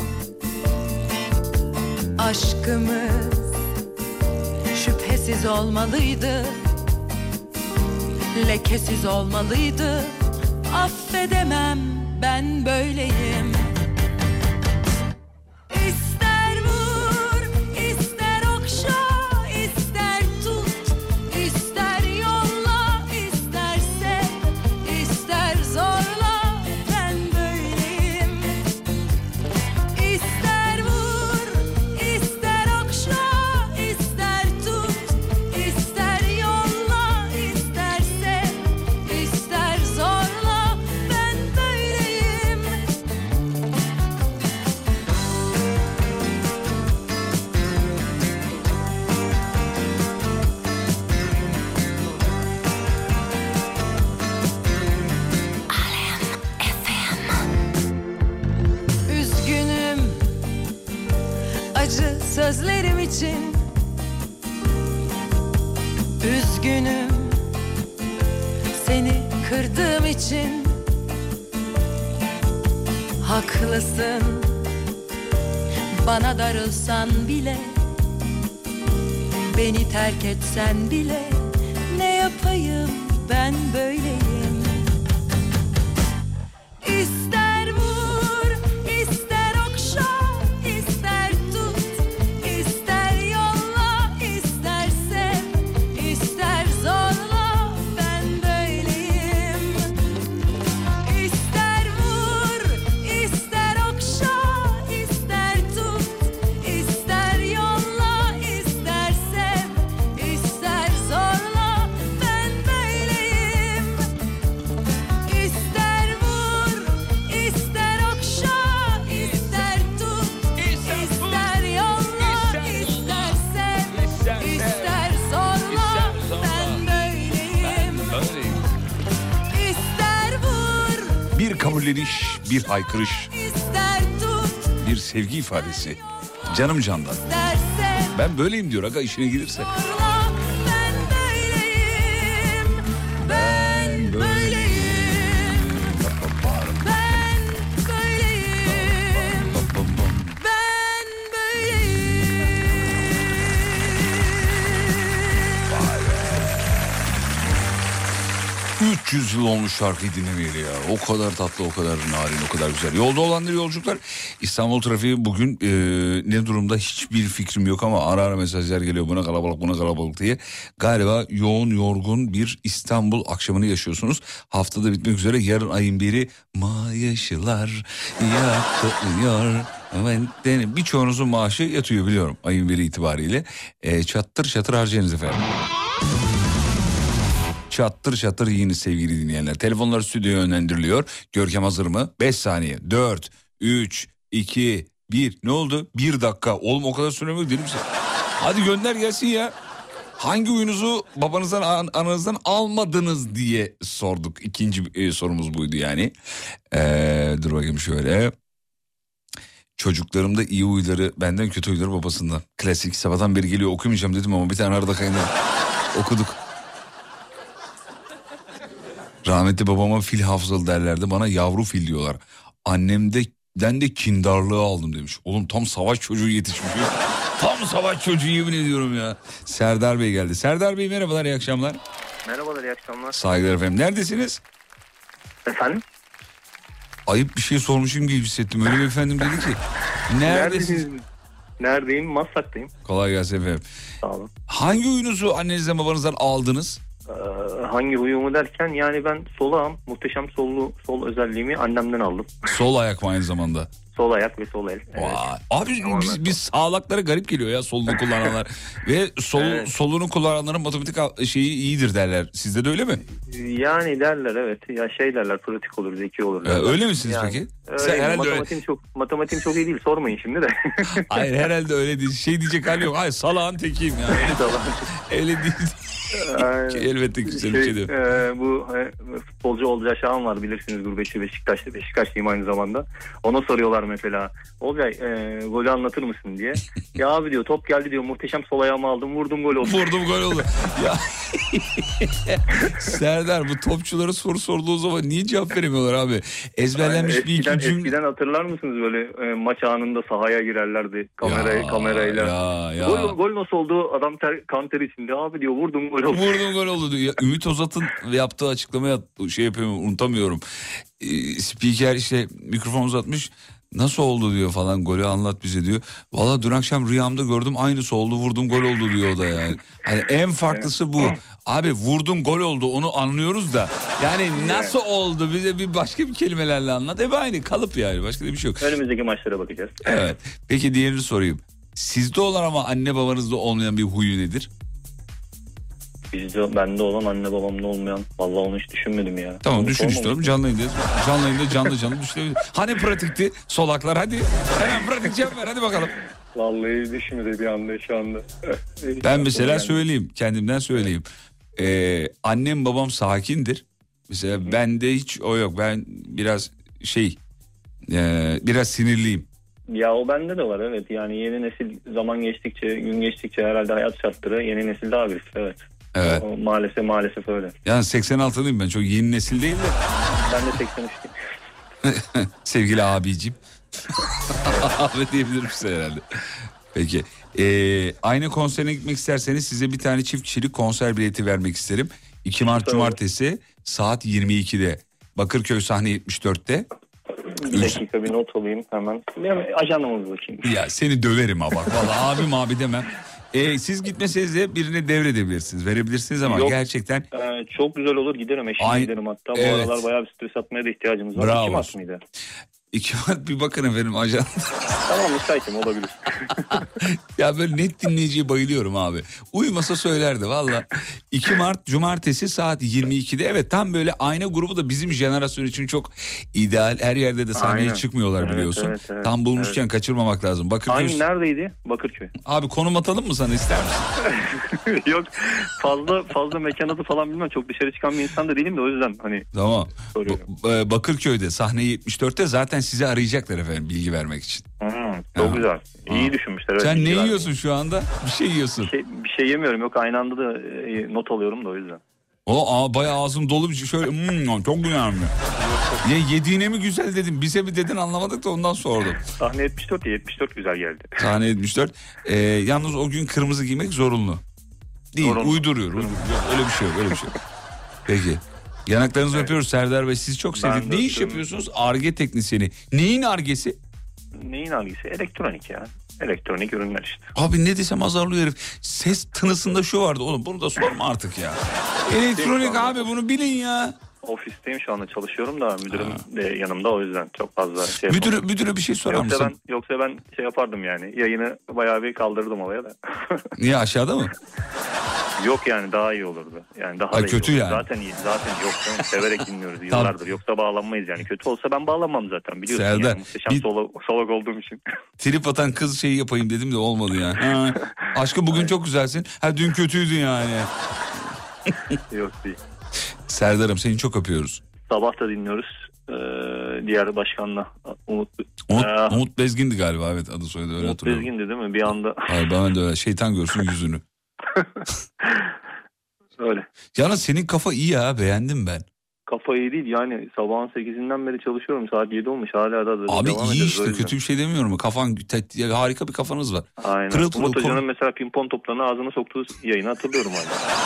Aşkımız şüphesiz olmalıydı, lekesiz olmalıydı. Affedemem ben böyleyim. İster vur, ister okşa, ister tut, ister yolla, ister sev, ister zorla, ben böyleyim. sözlerim için üzgünüm, seni kırdığım için haklısın. Bana darılsan bile, beni terk etsen bile, ne yapayım ben böyleyim. İster vur, ister okşa, ister tut, ister yolla, ister sev, ister zorla, ben böyleyim. İster vur, ister okşa, ister tut, ister yolla, ister sev, ister zorla, ben böyleyim. İster vur, ister okşa, ister tut, ister yolla, ister sev, ister zorla, ben böyleyim. İster vur, Bir kabulleniş, bir haykırış, ister tut, bir sevgi ifadesi. Canım candan. ister sev, Ben böyleyim diyor aga, işine gelirse. zorla, ben böyleyim. Ben böyleyim. Ben böyleyim. Ben böyleyim. üç yüz yıl olmuş şarkıyı dinlemeyeli ya. O kadar tatlı, o kadar narin, o kadar güzel. Yolda olanlar yolculuklar. İstanbul trafiği bugün e, ne durumda hiçbir fikrim yok ama ara ara mesajlar geliyor. Buna kalabalık, buna kalabalık diye. Galiba yoğun, yorgun bir İstanbul akşamını yaşıyorsunuz. Haftada bitmek üzere, yarın ayın biri maaşlar yatıyor. Birçoğunuzun maaşı yatıyor biliyorum ayın biri itibariyle. E, çattır çatır harcayınız efendim. Çattır çattır yiyiniz sevgili dinleyenler. Telefonlar stüdyoya yönlendiriliyor. Görkem hazır mı? beş saniye. dört, üç, iki, bir. Ne oldu? bir dakika. Oğlum o kadar süremiyor değil mi sen? Hadi gönder gelsin ya. Hangi oyunuzu babanızdan, an- ananızdan almadınız diye sorduk. İkinci e, sorumuz buydu yani. Ee, dur bakayım şöyle. Çocuklarımda iyi huyları benden, kötü huyları babasından. Klasik, sabahtan beri geliyor, okumayacağım dedim ama bir tane arada kaynadı. Okuduk. Rahmetli babama fil hafızalı derlerdi, bana yavru fil diyorlar. Annemden de kindarlığı aldım demiş. Oğlum tam savaş çocuğu yetişmiş. Tam savaş çocuğu, yemin ediyorum ya. Serdar Bey geldi. Serdar Bey merhabalar, iyi akşamlar. Merhabalar, iyi akşamlar. Saygılar efendim. Neredesiniz? Efendim? Ayıp bir şey sormuşum gibi hissettim. Öyle bir efendim dedi ki. Neredesiniz? Neredeyim? Neredeyim? Maslak'tayım. Kolay gelsin efendim. Sağ olun. Hangi oyunuzu annenizden babanızdan aldınız? Ee, hangi huyumu derken yani ben solağım. Muhteşem sollu sol özelliğimi annemden aldım. Sol ayak mı aynı zamanda? Sol ayak ve sol el. Evet. Vay. Abi Tamamen biz, sol. biz sağlaklara garip geliyor ya solunu kullananlar. Ve sol, Evet. solunu kullananların matematik al- şeyi iyidir derler. Sizde de öyle mi? Yani derler evet. Ya şey derler, pratik olur, zeki olur Ee, derler. öyle misiniz Yani, peki? Öyle, Sen herhalde öyle. matematiğim çok matematiğim çok iyi değil, sormayın şimdi de. Hayır herhalde öyle değil. Şey diyecek hali yok. Hayır salağın tekiyim ya. Tamam. Öyle değil. Aynen. Elbette güzel bir şey değil. e, bu e, futbolcu Olcay Şahan var, bilirsiniz, gurbetçi Beşiktaş'ta. Beşiktaşlıyım aynı zamanda. Ona soruyorlar mesela, Olcay e, golü anlatır mısın diye. Ya abi diyor, top geldi diyor, muhteşem sol ayağımı aldım, vurdum, gol oldu. Vurdum gol oldu. Ya. Serdar, bu topçulara soru sorduğu zaman niye cevap veremiyorlar abi? Ezberlenmiş Yani bir iki eskiden, cümle. eskiden hatırlar mısınız böyle e, maç anında sahaya girerlerdi kamerayı Ya, kamerayla. ya, ya. Gol, gol nasıl oldu? Adam ter, kan ter içinde, abi diyor, vurdum, gol oldu. Vurdum gol oldu diyor. Ya, Ümit Ozat'ın yaptığı açıklamaya şey yapıyorum, unutamıyorum. Ee, spiker işte mikrofon uzatmış. Nasıl oldu diyor falan, golü anlat bize diyor. Valla dün akşam rüyamda gördüm, aynısı oldu, vurdum gol oldu diyor o da yani. Hani en farklısı bu. Abi vurdum gol oldu, onu anlıyoruz da. Yani nasıl oldu, bize bir başka bir kelimelerle anlat. E aynı kalıp yani, başka da bir şey yok. Önümüzdeki maçlara bakacağız. Evet. Peki diğerini sorayım. Sizde olan ama anne babanızda olmayan bir huyu nedir? Bizde, bende olan, anne babamda olmayan. Vallahi onu hiç düşünmedim ya. Tamam Onu düşün sormamıştım. istiyorum. Canlı yayındayız. Canlı yayında canlı canlı düşünebilir. Hani pratikti solaklar, hadi. Hemen pratik cevap ver, hadi bakalım. Vallahi düşünmedi bir anda şu anda. Ben mesela söyleyeyim, kendimden söyleyeyim. Ee, annem babam sakindir. Mesela bende hiç o yok. Ben biraz şey, e, biraz sinirliyim. Ya o bende de var evet. Yani yeni nesil zaman geçtikçe, gün geçtikçe herhalde hayat şartları yeni nesil daha agresif evet. Evet. O, maalesef maalesef öyle. Yani seksen altılıyım ben, çok yeni nesil değil de. Ben de seksen üçlüyüm. Sevgili abicim. Abi diyebilirim size herhalde. Peki. Ee, aynı konserine gitmek isterseniz size bir tane çift kişilik konser bileti vermek isterim. iki Mart Cumartesi saat yirmi ikide. Bakırköy sahne yetmiş dörtte. Bir dakika bir not alayım hemen. Bir ajandamıza bakayım. Ya seni döverim ha bak. Vallahi abim abi demem. Ee, siz gitmeseniz de birine devredebilirsiniz. Verebilirsiniz ama Yok, gerçekten. E, çok güzel olur giderim eşimle Ay, giderim hatta. Bu evet. aralar bayağı bir stres atmaya da ihtiyacımız var. Bravo. iki Mart mıydı? iki Mart bir bakın efendim ajanda. Tamam müsaitim olabilir. Ya böyle net dinleyiciye bayılıyorum abi. Uyumasa söylerdi valla. iki Mart Cumartesi saat yirmi ikide. Evet tam böyle aynı grubu da bizim jenerasyon için çok ideal. Her yerde de sahneye Aynen. çıkmıyorlar Evet, biliyorsun. evet, evet, Tam bulmuşken evet. kaçırmamak lazım. Bakırköy. Hangi neredeydi? Bakırköy. Abi konum atalım mı sana, ister misin? Yok fazla fazla mekan adı falan bilmem. Çok dışarı çıkan bir insan da değilim de o yüzden hani. Tamam. Soruyorum. Ba- Bakırköy'de sahne yetmiş dörtte zaten sizi arayacaklar efendim bilgi vermek için. Hmm, çok Ha. güzel. İyi Ha. düşünmüşler. Evet, Sen ne bilgi vermeyi. yiyorsun şu anda? Bir şey yiyorsun. Bir şey, bir şey yemiyorum. Yok aynı anda da e, not alıyorum da o yüzden. O aa, bayağı ağzım dolu bir şey şöyle hmm, çok güzel mi? Ya yediğine mi güzel dedim, bize mi dedin anlamadık da ondan sordum. Sahne yetmiş dört yetmiş dört güzel geldi. Sahne yetmiş dört. Ee, yalnız o gün kırmızı giymek zorunlu. Değil, Zorunlu. uyduruyor. uyduruyor. Yok, öyle bir şey yok, öyle bir şey yok. Peki. Yanaklarınızı Evet. öpüyoruz Serdar Bey. Sizi çok Ben sevdik. de Ne iş öpüyorum. yapıyorsunuz? Ar-Ge teknisyeni. Neyin Ar-Ge'si? Neyin hangisi? Elektronik ya. Elektronik ürünler işte. Abi ne desem azarlıyor herif. Ses tınısında şu vardı oğlum. Bunu da sorma artık ya. Elektronik abi, bunu bilin ya. Ofisteyim şu anda çalışıyorum da müdürüm de yanımda o yüzden çok fazla şey Müdüre, yapamam. müdüre bir şey sorar Yoksa mısın? ben, yoksa ben şey yapardım yani. Yayını bayağı bir kaldırdım havaya da. Niye, aşağıda mı? Yok yani daha iyi olurdu. Yani daha Ay, da iyi kötü olurdu. yani. Zaten iyi. Zaten yok canım. Severek dinliyoruz yıllardır. Yoksa bağlanmayız yani. Kötü olsa ben bağlanmam zaten. Biliyorsun Serdar, yani. Muhteşem bir- solog, solog olduğum için. Trip atan kız şeyi yapayım dedim de olmadı ya. Ha, aşkım bugün çok güzelsin. Ha dün kötüydün yani. Yok değil. Serdar'ım seni çok öpüyoruz. Sabah da dinliyoruz. Ee, diğer başkanla Umut, Umut, Ee, Umut Bezgin'di galiba, evet adı soyadı öyle Umut hatırlıyorum. Bezgin'di değil mi? Bir anda Hayır ben de öyle, şeytan görsün yüzünü. öyle. Yalnız senin kafa iyi ha, beğendim ben. Kafa iyi değil yani sabahın sekizinden beri çalışıyorum. Saat yedi olmuş hala da Abi devam iyi ediyoruz, o işte, yüzden. kötü bir şey demiyorum. Kafan te- ya, harika bir kafanız var. Aynen. Pırıl pırıl Umut konu- Hoca'nın mesela pimpon toplarını ağzına soktuğu yayını hatırlıyorum hala.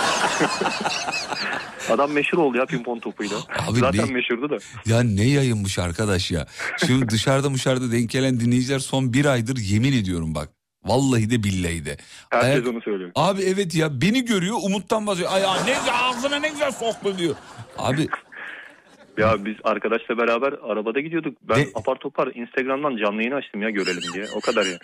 Adam meşhur oldu ya pimpon topuyla. Abi Zaten ne- meşhurdu da. Ya ne yayınmış arkadaş ya. Şimdi dışarıda dışarıda denk gelen dinleyiciler son bir aydır yemin ediyorum bak. Vallahi de billahi de. Herkes Ayak- onu söylüyor. Abi evet ya, beni görüyor Umut'tan bahsediyor. Ay ya ne güzel, ağzına ne güzel soktu diyor. Abi Ya biz arkadaşla beraber arabada gidiyorduk. Ben Ne? apar topar Instagram'dan canlı yayını açtım ya görelim diye. O kadar ya.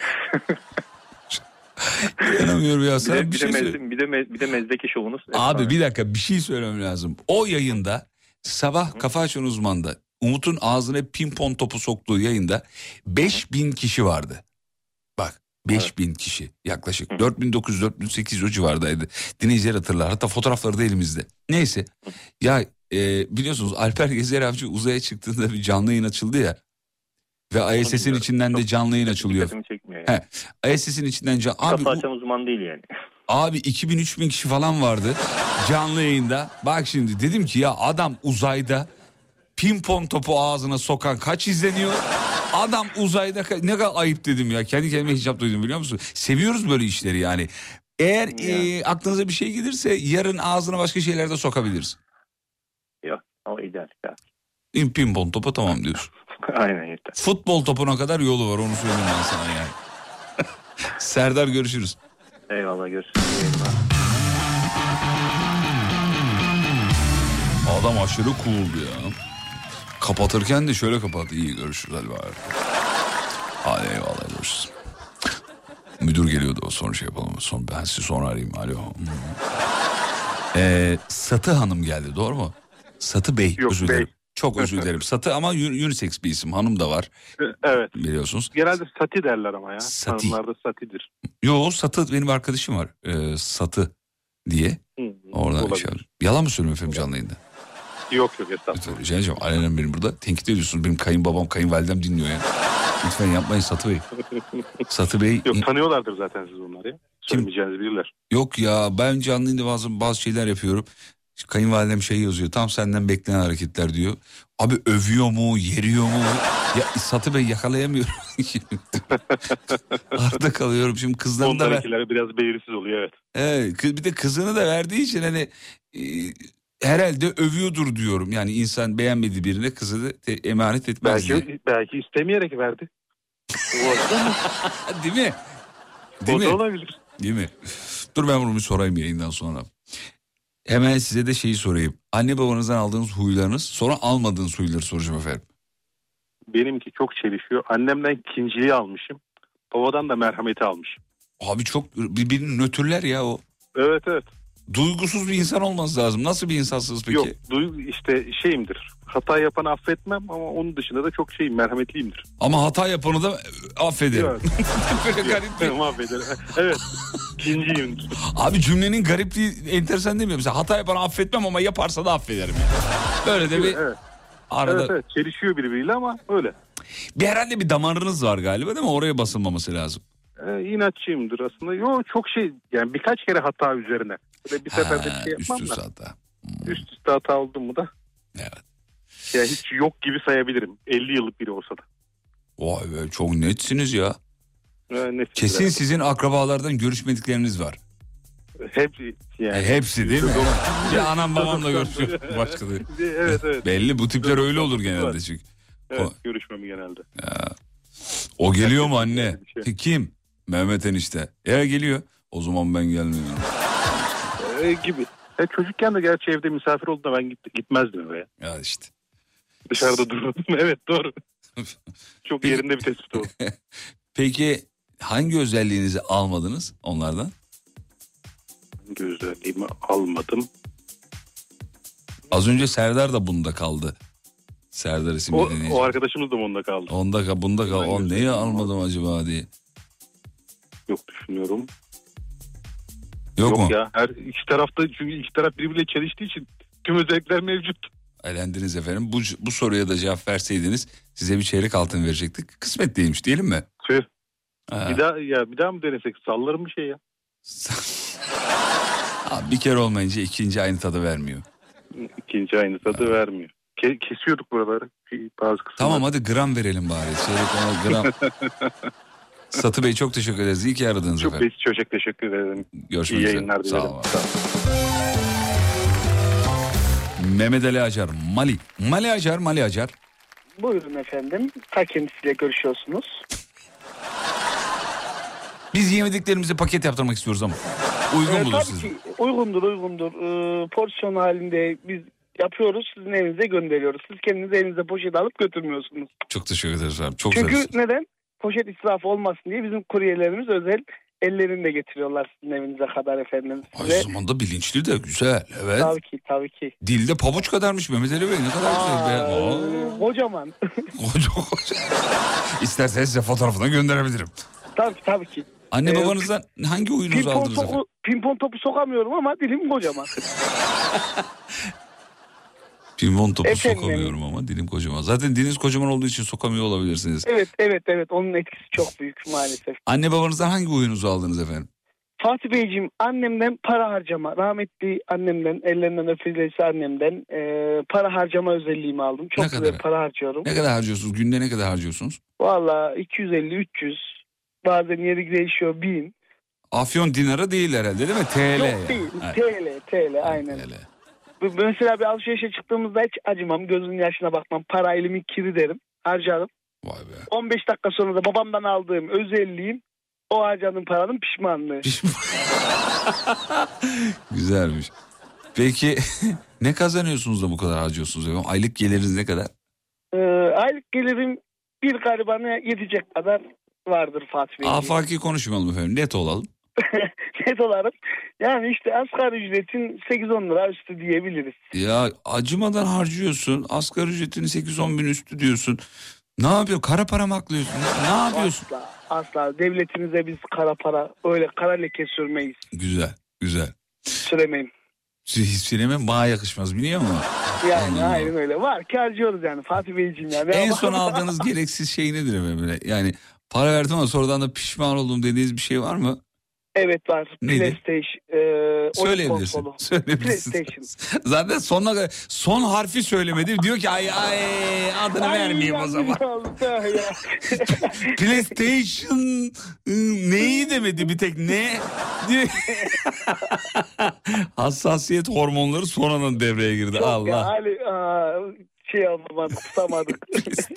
inanamıyorum ya Bir sana de, bir bir, de şey söyle. mez, bir, de mez, bir de mezdeki şovunuz. Abi bir dakika, bir şey söylemem lazım. O yayında sabah Kafa Açan Uzman'da Umut'un ağzına pimpon topu soktuğu yayında beş bin kişi vardı. Bak beş bin kişi yaklaşık. dört bin dokuz yüz dört bin sekiz yüz o civardaydı. Dinleyiciler hatırlar. Hatta fotoğrafları da elimizde. Neyse ya e, biliyorsunuz Alper Gezer Avcı uzaya çıktığında bir canlı yayın açıldı ya. Ve I S S'in biliyorum. içinden de Çok canlı yayın açılıyor. Dikkatimi çekmiyor yani. He, I S S'in içinden can... Abi, Kafa bu- açan uzman değil yani. Abi iki bin üç bin kişi falan vardı canlı yayında. Bak şimdi dedim ki ya adam uzayda pimpon topu ağzına sokan kaç izleniyor? Adam uzayda ka- ne kadar ayıp dedim ya. Kendi kendime hicap duydum biliyor musun? Seviyoruz böyle işleri yani. Eğer Ya. e, aklınıza bir şey gelirse yarın ağzına başka şeyler de sokabiliriz. Yok ama ideal. Ya. Pim- Pimpon topu tamam diyorsun. Aynen yeter. Futbol topuna kadar yolu var, onu söyleyeyim ben sana yani. Serdar görüşürüz. Eyvallah görüşürüz. Adam aşırı cool ya. Kapatırken de şöyle kapattı. İyi görüşürüz hadi bari. Hadi eyvallah görüşürüz. Müdür geliyordu, o sonra şey yapalım. Son, ben sizi sonra arayayım. Alo. Hmm. Ee, Satı Hanım geldi, doğru mu? Satı Bey, Yok, özür Bey. dilerim. Çok özür dilerim. Satı ama unisex bir isim. Hanım da var Evet. biliyorsunuz. Genelde sati derler ama ya. Sati. Hanımlarda satidir. Yo, Satı benim arkadaşım var. Ee, Satı diye. Hı, Oradan olabilir. şey. Yalan mı söylüyorum efendim canlı yayında? Yok yok estağfurullah. Rica edeceğim. Alenen benim burada tenkit ediyorsunuz. Benim kayınbabam, kayınvalidem dinliyor yani. Lütfen yapmayın Satı Bey. Satı Bey. Yok tanıyorlardır zaten siz onları ya. Söylemeyeceğinizi bilirler. Yok ya ben canlı yayında bazı, bazı şeyler yapıyorum. Kayınvalidem şey yazıyor. Tam senden beklenen hareketler diyor. Abi övüyor mu, yeriyor mu? Ya Satı Bey yakalayamıyorum. Arda kalıyorum şimdi kızlarını da ver. Onlarınkiler biraz belirsiz oluyor evet. Evet bir de kızını da verdiği için hani e, herhalde övüyordur diyorum. Yani insan beğenmediği birine kızı da te- emanet etmez Belki, diye. belki istemeyerek verdi. O açıdan Değil mi? Değil o mi? da olabilir. Değil mi? Dur ben bunu bir sorayım yayından sonra. Hemen size de şeyi sorayım. Anne babanızdan aldığınız huylarınız, sonra almadığınız huyları soracağım efendim. Benimki çok çelişiyor. Annemden kinciliği almışım. Babadan da merhameti almışım. Abi çok birbirini nötrler ya o. Evet evet. Duygusuz bir insan olması lazım. Nasıl bir insansınız peki? Yok duygu işte şeyimdir. Hata yapanı affetmem ama onun dışında da çok şeyim merhametliyimdir. Ama hata yapanı da affederim. Evet. Böyle garip bir... Affederim. Evet. Kinciyimdir. Abi cümlenin garipliği enteresan değil mi? Mesela hata yapanı affetmem ama yaparsa da affederim. Yani. Böyle de bir Evet. arada... Evet evet çelişiyor birbiriyle ama öyle. Bir herhalde bir damarınız var galiba değil mi? Oraya basılmaması lazım. Ee, inatçıyımdır aslında. Yok çok şey yani birkaç kere hata üzerine. Böyle bir seferde bir şey yapmam üst da. üste hata. Hmm. Üst üste hata oldu mu da. Evet. Ya hiç yok gibi sayabilirim. elli yıllık biri olsa da. Vay be çok netsiniz ya. Ee, Kesin yani. Sizin akrabalardan görüşmedikleriniz var. Hepsi yani. E, hepsi değil mi? Bir anam babamla görüşüyor. Başka değil. Evet evet. Belli bu tipler öyle olur genelde çünkü. Evet o, görüşmem genelde. Ya. O geliyor mu anne? Şey. Kim? Mehmet enişte. Ya geliyor. O zaman ben gelmiyorum. Ee, gibi. E, çocukken de gerçi evde misafir olduğunda ben git, gitmezdim eve. Ya işte. Dışarıda dururdum. Evet doğru. Çok Peki, yerinde bir tespit oldu. Peki hangi özelliğinizi almadınız onlardan? Hangi özelliğimi almadım? Az önce Serdar da bunda kaldı. Serdar isimli o, dinleyici. o arkadaşımız da onda kaldı. Onda kal, bunda kal. O neyi almadım acaba diye. Yok düşünüyorum. Yok, Yok mu? ya. Her iki tarafta çünkü iki taraf birbiriyle çeliştiği için tüm özellikler mevcut. Elendiniz efendim. Bu, bu soruya da cevap verseydiniz size bir çeyrek altın verecektik. Kısmet değilmiş diyelim mi? Tüh. Bir daha ya bir daha mı denesek? Sallarım bir şey ya. Abi bir kere olmayınca ikinci aynı tadı vermiyor. İkinci aynı tadı ha. vermiyor. Ke- kesiyorduk buraları. Bazı kısımlar. Tamam hadi gram verelim bari. Çeyrek ona gram. Satı Bey çok teşekkür ederiz. İyi ki aradınız çok efendim. Çok çok teşekkür ederim. Görüşmek üzere. İyi yayınlar dilerim. Sağ olun. Mehmet Ali Acar, Mali. Mali Acar, Mali Acar. Buyurun efendim. Ta kendisiyle görüşüyorsunuz. Biz yemediklerimizi paket yaptırmak istiyoruz ama. Uygun ee, mudur tabii sizin? Ki, uygundur, uygundur. Ee, porsiyon halinde biz yapıyoruz, sizin evinize gönderiyoruz. Siz kendiniz evinize poşet alıp götürmüyorsunuz. Çok teşekkür ederiz abi. Çok Çünkü zararız. neden? Poşet israfı olmasın diye bizim kuryelerimiz özel ellerinde getiriyorlar sizin evinize kadar efendim. Aynı Ve... zamanda bilinçli de güzel. Evet. Tabii ki, tabii ki. Dilde pabuç kadarmış Mehmet Ali Bey. Ne kadar Aa, güzel be. Aa. Kocaman. Koca koca. İsterseniz size fotoğrafını gönderebilirim. Tabii ki, tabii ki. Anne ee, babanızdan hangi oyununuzu pimpon aldınız topu, efendim? Pimpon topu sokamıyorum ama dilim kocaman. Pimpon topu efendim, sokamıyorum ama dilim kocaman. Zaten diliniz kocaman olduğu için sokamıyor olabilirsiniz. Evet, evet, evet. Onun etkisi çok büyük maalesef. Anne babanızdan hangi oyununuzu aldınız efendim? Fatih Beyciğim, annemden para harcama. Rahmetli annemden, ellerinden öpülesi annemden e, para harcama özelliğimi aldım. Çok ne güzel kadar? para harcıyorum. Ne kadar harcıyorsunuz? Günde ne kadar harcıyorsunuz? Valla iki yüz elli üç yüz. Bazen yeri değişiyor bin. Afyon dinarı değil herhalde değil mi? T L. Yok yani. değil. Evet. T L, T L aynen. T L. Mesela bir alışverişe çıktığımızda hiç acımam. Gözünün yaşına bakmam. Para elimi kiri derim. Harcarım. Vay be. on beş dakika sonra da babamdan aldığım özelliğim o harcadığım paranın pişmanlığı. Güzelmiş. Peki ne kazanıyorsunuz da bu kadar harcıyorsunuz efendim? Aylık geliriniz ne kadar? Ee, aylık gelirim bir garibana yetecek kadar vardır Fatih Bey. Afaki konuşmayalım efendim. Net olalım. Net olarak yani işte asgari ücretin sekiz on lira üstü diyebiliriz. Ya acımadan harcıyorsun. Asgari ücretin sekiz on bin üstü diyorsun. Ne yapıyor? Kara para mı aklıyorsun? Ne, ne yapıyorsun? Asla, asla. Devletimize biz kara para, öyle kara leke sürmeyiz. Güzel, güzel. Süremeyim. Sinemem bana yakışmaz biliyor musun? Yani aynen öyle. Var ki harcıyoruz yani Fatih Beyciğim yani. En son aldığınız gereksiz şey nedir efendim? Böyle? Yani para verdim ama sonradan da pişman oldum dediğiniz bir şey var mı? Evet var. Neydi? PlayStation. E, Söyleyebilirsin. Söyleyebilirsin. Zaten sonuna kadar son harfi söylemedi. Diyor ki ay ay adını Ay, vermeyeyim o zaman. Allah ya. PlayStation ıı, neyi demedi bir tek ne diye. Hassasiyet hormonları sonradan devreye girdi. Çok Allah. Ya, hani, aa, şey yapamadık, tutamadık.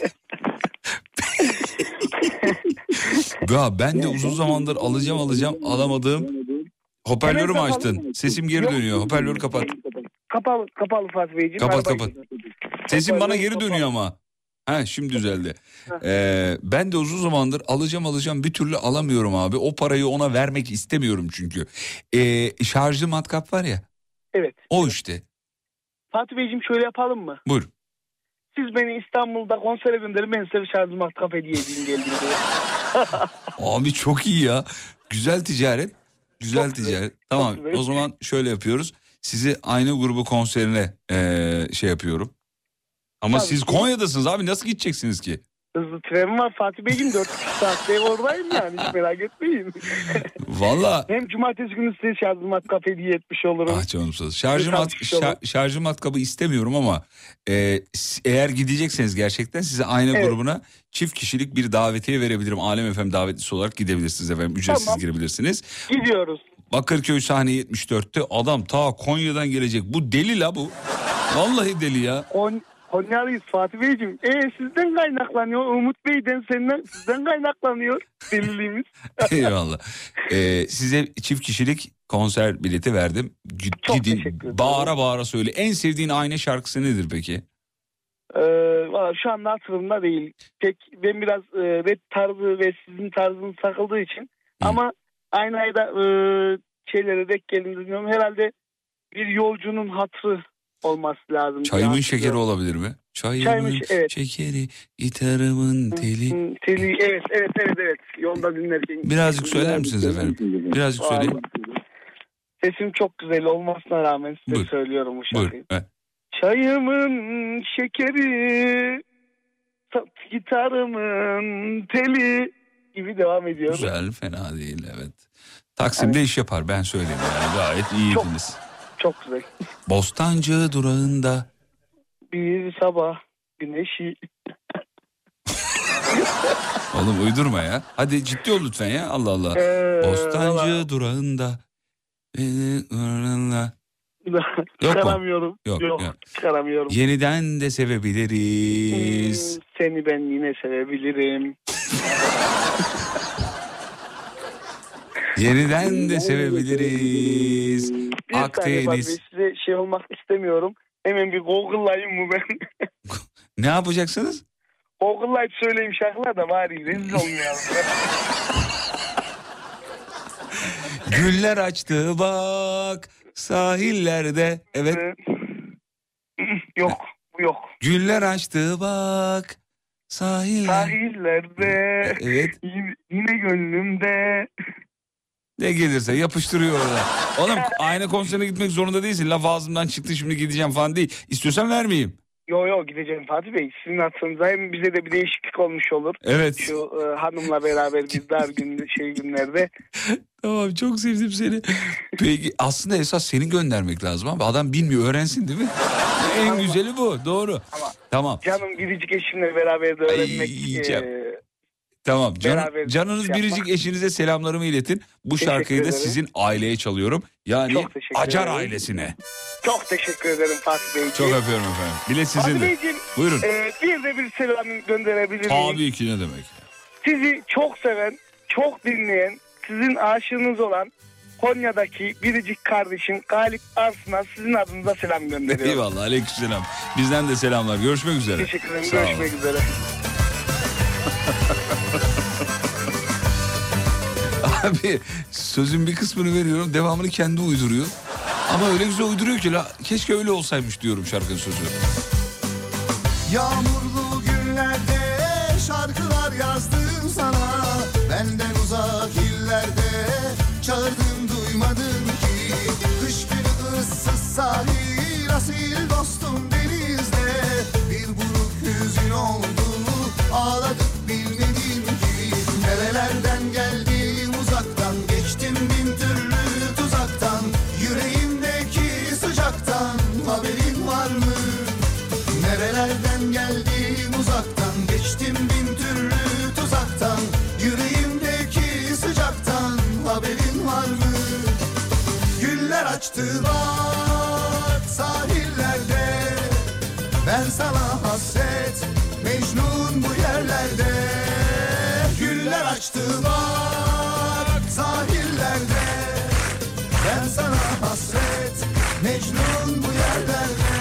Ya ben de uzun zamandır alacağım alacağım alamadığım hoparlörü mü açtın? Sesim geri Yok. dönüyor. Hoparlörü kapat. Kapalı, kapalı Fatih Beyciğim. Kapat Araba- kapat. Sesim bana geri dönüyor ama. Ha şimdi düzeldi. Ee, ben de uzun zamandır alacağım alacağım bir türlü alamıyorum abi. O parayı ona vermek istemiyorum çünkü. Ee, şarjlı matkap var ya. Evet. O işte. Fatih Beyciğim şöyle yapalım mı? Buyur. Siz beni İstanbul'da konsere gönderin, ben size bir şarjlı matkap hediye edeyim geldiğimde. Abi çok iyi ya. Güzel ticaret. Güzel Çok ticaret. güzel. Tamam Çok güzel. o zaman şöyle yapıyoruz. Sizi aynı grubu konserine ee, şey yapıyorum. Ama Tabii siz ki. Konya'dasınız abi nasıl gideceksiniz ki? Hızlı tren var Fatih Beyciğim, dört buçuk saatte ev oradayım yani, hiç merak etmeyin. Valla. Hem cumartesi günü size şarjlı matkap hediye etmiş olurum. Ah canım sağ olsun. Şarjı, Bir mat, tartışmış olur. şar- şarjı matkabı istemiyorum ama e, s- eğer gidecekseniz gerçekten size aynı Evet. grubuna çift kişilik bir davetiye verebilirim. Alem F M davetlisi olarak gidebilirsiniz efendim. Ücretsiz Tamam. girebilirsiniz. Gidiyoruz. Bakırköy sahne yetmiş dörtte adam ta Konya'dan gelecek. Bu deli la bu. Vallahi deli ya. Kon Konyalıyız Fatih Beyciğim. E sizden kaynaklanıyor. Umut Bey'den, senden, sizden kaynaklanıyor deliliğimiz. Eyvallah. Ee, size çift kişilik konser bileti verdim. G- Çok Gidin teşekkür ederim. bağıra bağıra söyle. En sevdiğin ayna şarkısı nedir peki? Ee, valla şu anda hatırımda değil. Pek ben biraz e, rap tarzı ve sizin tarzınız takıldığı için. Hı. Ama aynı ayda e, şeylere denk gelin dinliyorum. Herhalde bir yolcunun hatırı olması lazım. Çayımın diye şekeri hatırlıyorum. olabilir mi? Çayımın Çayımın, evet. şekeri, gitarımın teli. Hı, Teli, evet evet evet evet. Yolda dinlerken. Birazcık söyler misiniz efendim? Birazcık söyleyin. Sesim çok güzel olmasına rağmen size Buyur. söylüyorum bu Buyur. şarkıyı. Evet. Çayımın şekeri, tat- gitarımın teli gibi devam ediyor. Güzel, fena değil evet. Taksim'de iş yapar ben söyleyeyim yani gayet iyiydiniz. Çok güzel. Bostancı durağında. Bir sabah güneşi. Oğlum uydurma ya. Hadi ciddi ol lütfen ya Allah Allah. Ee, Bostancı valla- durağında. Çıkaramıyorum. Yok, Yok, yok. çıkaramıyorum. Yeniden de sevebiliriz. Hmm, seni ben yine sevebilirim. Yeniden de sevebiliriz. Bir saniye Akdeniz. Fatih Bey, size şey olmak istemiyorum. Hemen bir Google'layayım mı ben? Ne yapacaksınız? Google'layıp söyleyeyim şarkılar da bari rezil olmayalım. Güller açtı bak sahillerde. Evet. Yok bu yok. Güller açtı bak sahiller. Sahillerde Evet. yine, yine gönlümde. Ne gelirse yapıştırıyor orada. Oğlum aynı konserine gitmek zorunda değilsin. Laf ağzımdan çıktı şimdi gideceğim falan değil. İstiyorsan vermeyeyim. Yo yo gideceğim Fatih Bey. Sizin hatırınıza hem bize de bir değişiklik olmuş olur. Evet. Şu e, hanımla beraber biz dar gün, şey günlerde. Tamam çok sevdim seni. Peki aslında esas seni göndermek lazım abi. Adam bilmiyor öğrensin değil mi? En güzeli bu doğru. Ama Tamam. canım biricik eşimle beraber de öğrenmek. Ay, yiyeceğim. e, Tamam can, beraber canınız şey biricik yapmak. eşinize selamlarımı iletin. Bu Teşekkür şarkıyı da ederim. sizin aileye çalıyorum. Yani Çok teşekkür Acar ederim. ailesine. Çok teşekkür ederim Fatih Beyciğim. Çok öpüyorum efendim. Bile Fatih sizin de. Beyciğim Buyurun. e, bir de bir selam gönderebilir miyim? Tabii ki ne demek. Sizi çok seven, çok dinleyen, sizin aşığınız olan Konya'daki biricik kardeşim Galip Arslan'a sizin adınıza selam gönderiyorum. Eyvallah aleykümselam. Bizden de selamlar. Görüşmek üzere. Teşekkür ederim. Sağ olun. Görüşmek üzere. Abi sözün bir kısmını veriyorum devamını kendi uyduruyor. Ama öyle güzel uyduruyor ki la, keşke öyle olsaymış diyorum şarkının sözü. Yağmurlu günlerde şarkılar yazdım sana. Benden uzak illerde çağırdım duymadın ki. Kış günü ıssız sahil asil dostum deli Nerelerden geldim uzaktan, geçtim bin türlü tuzaktan, yüreğimdeki sıcaktan haberin var mı? Güller açtı bak sahillerde, ben sana hasret Mecnun bu yerlerde. Güller açtı bak sahillerde, ben sana hasret Mecnun bu yerlerde.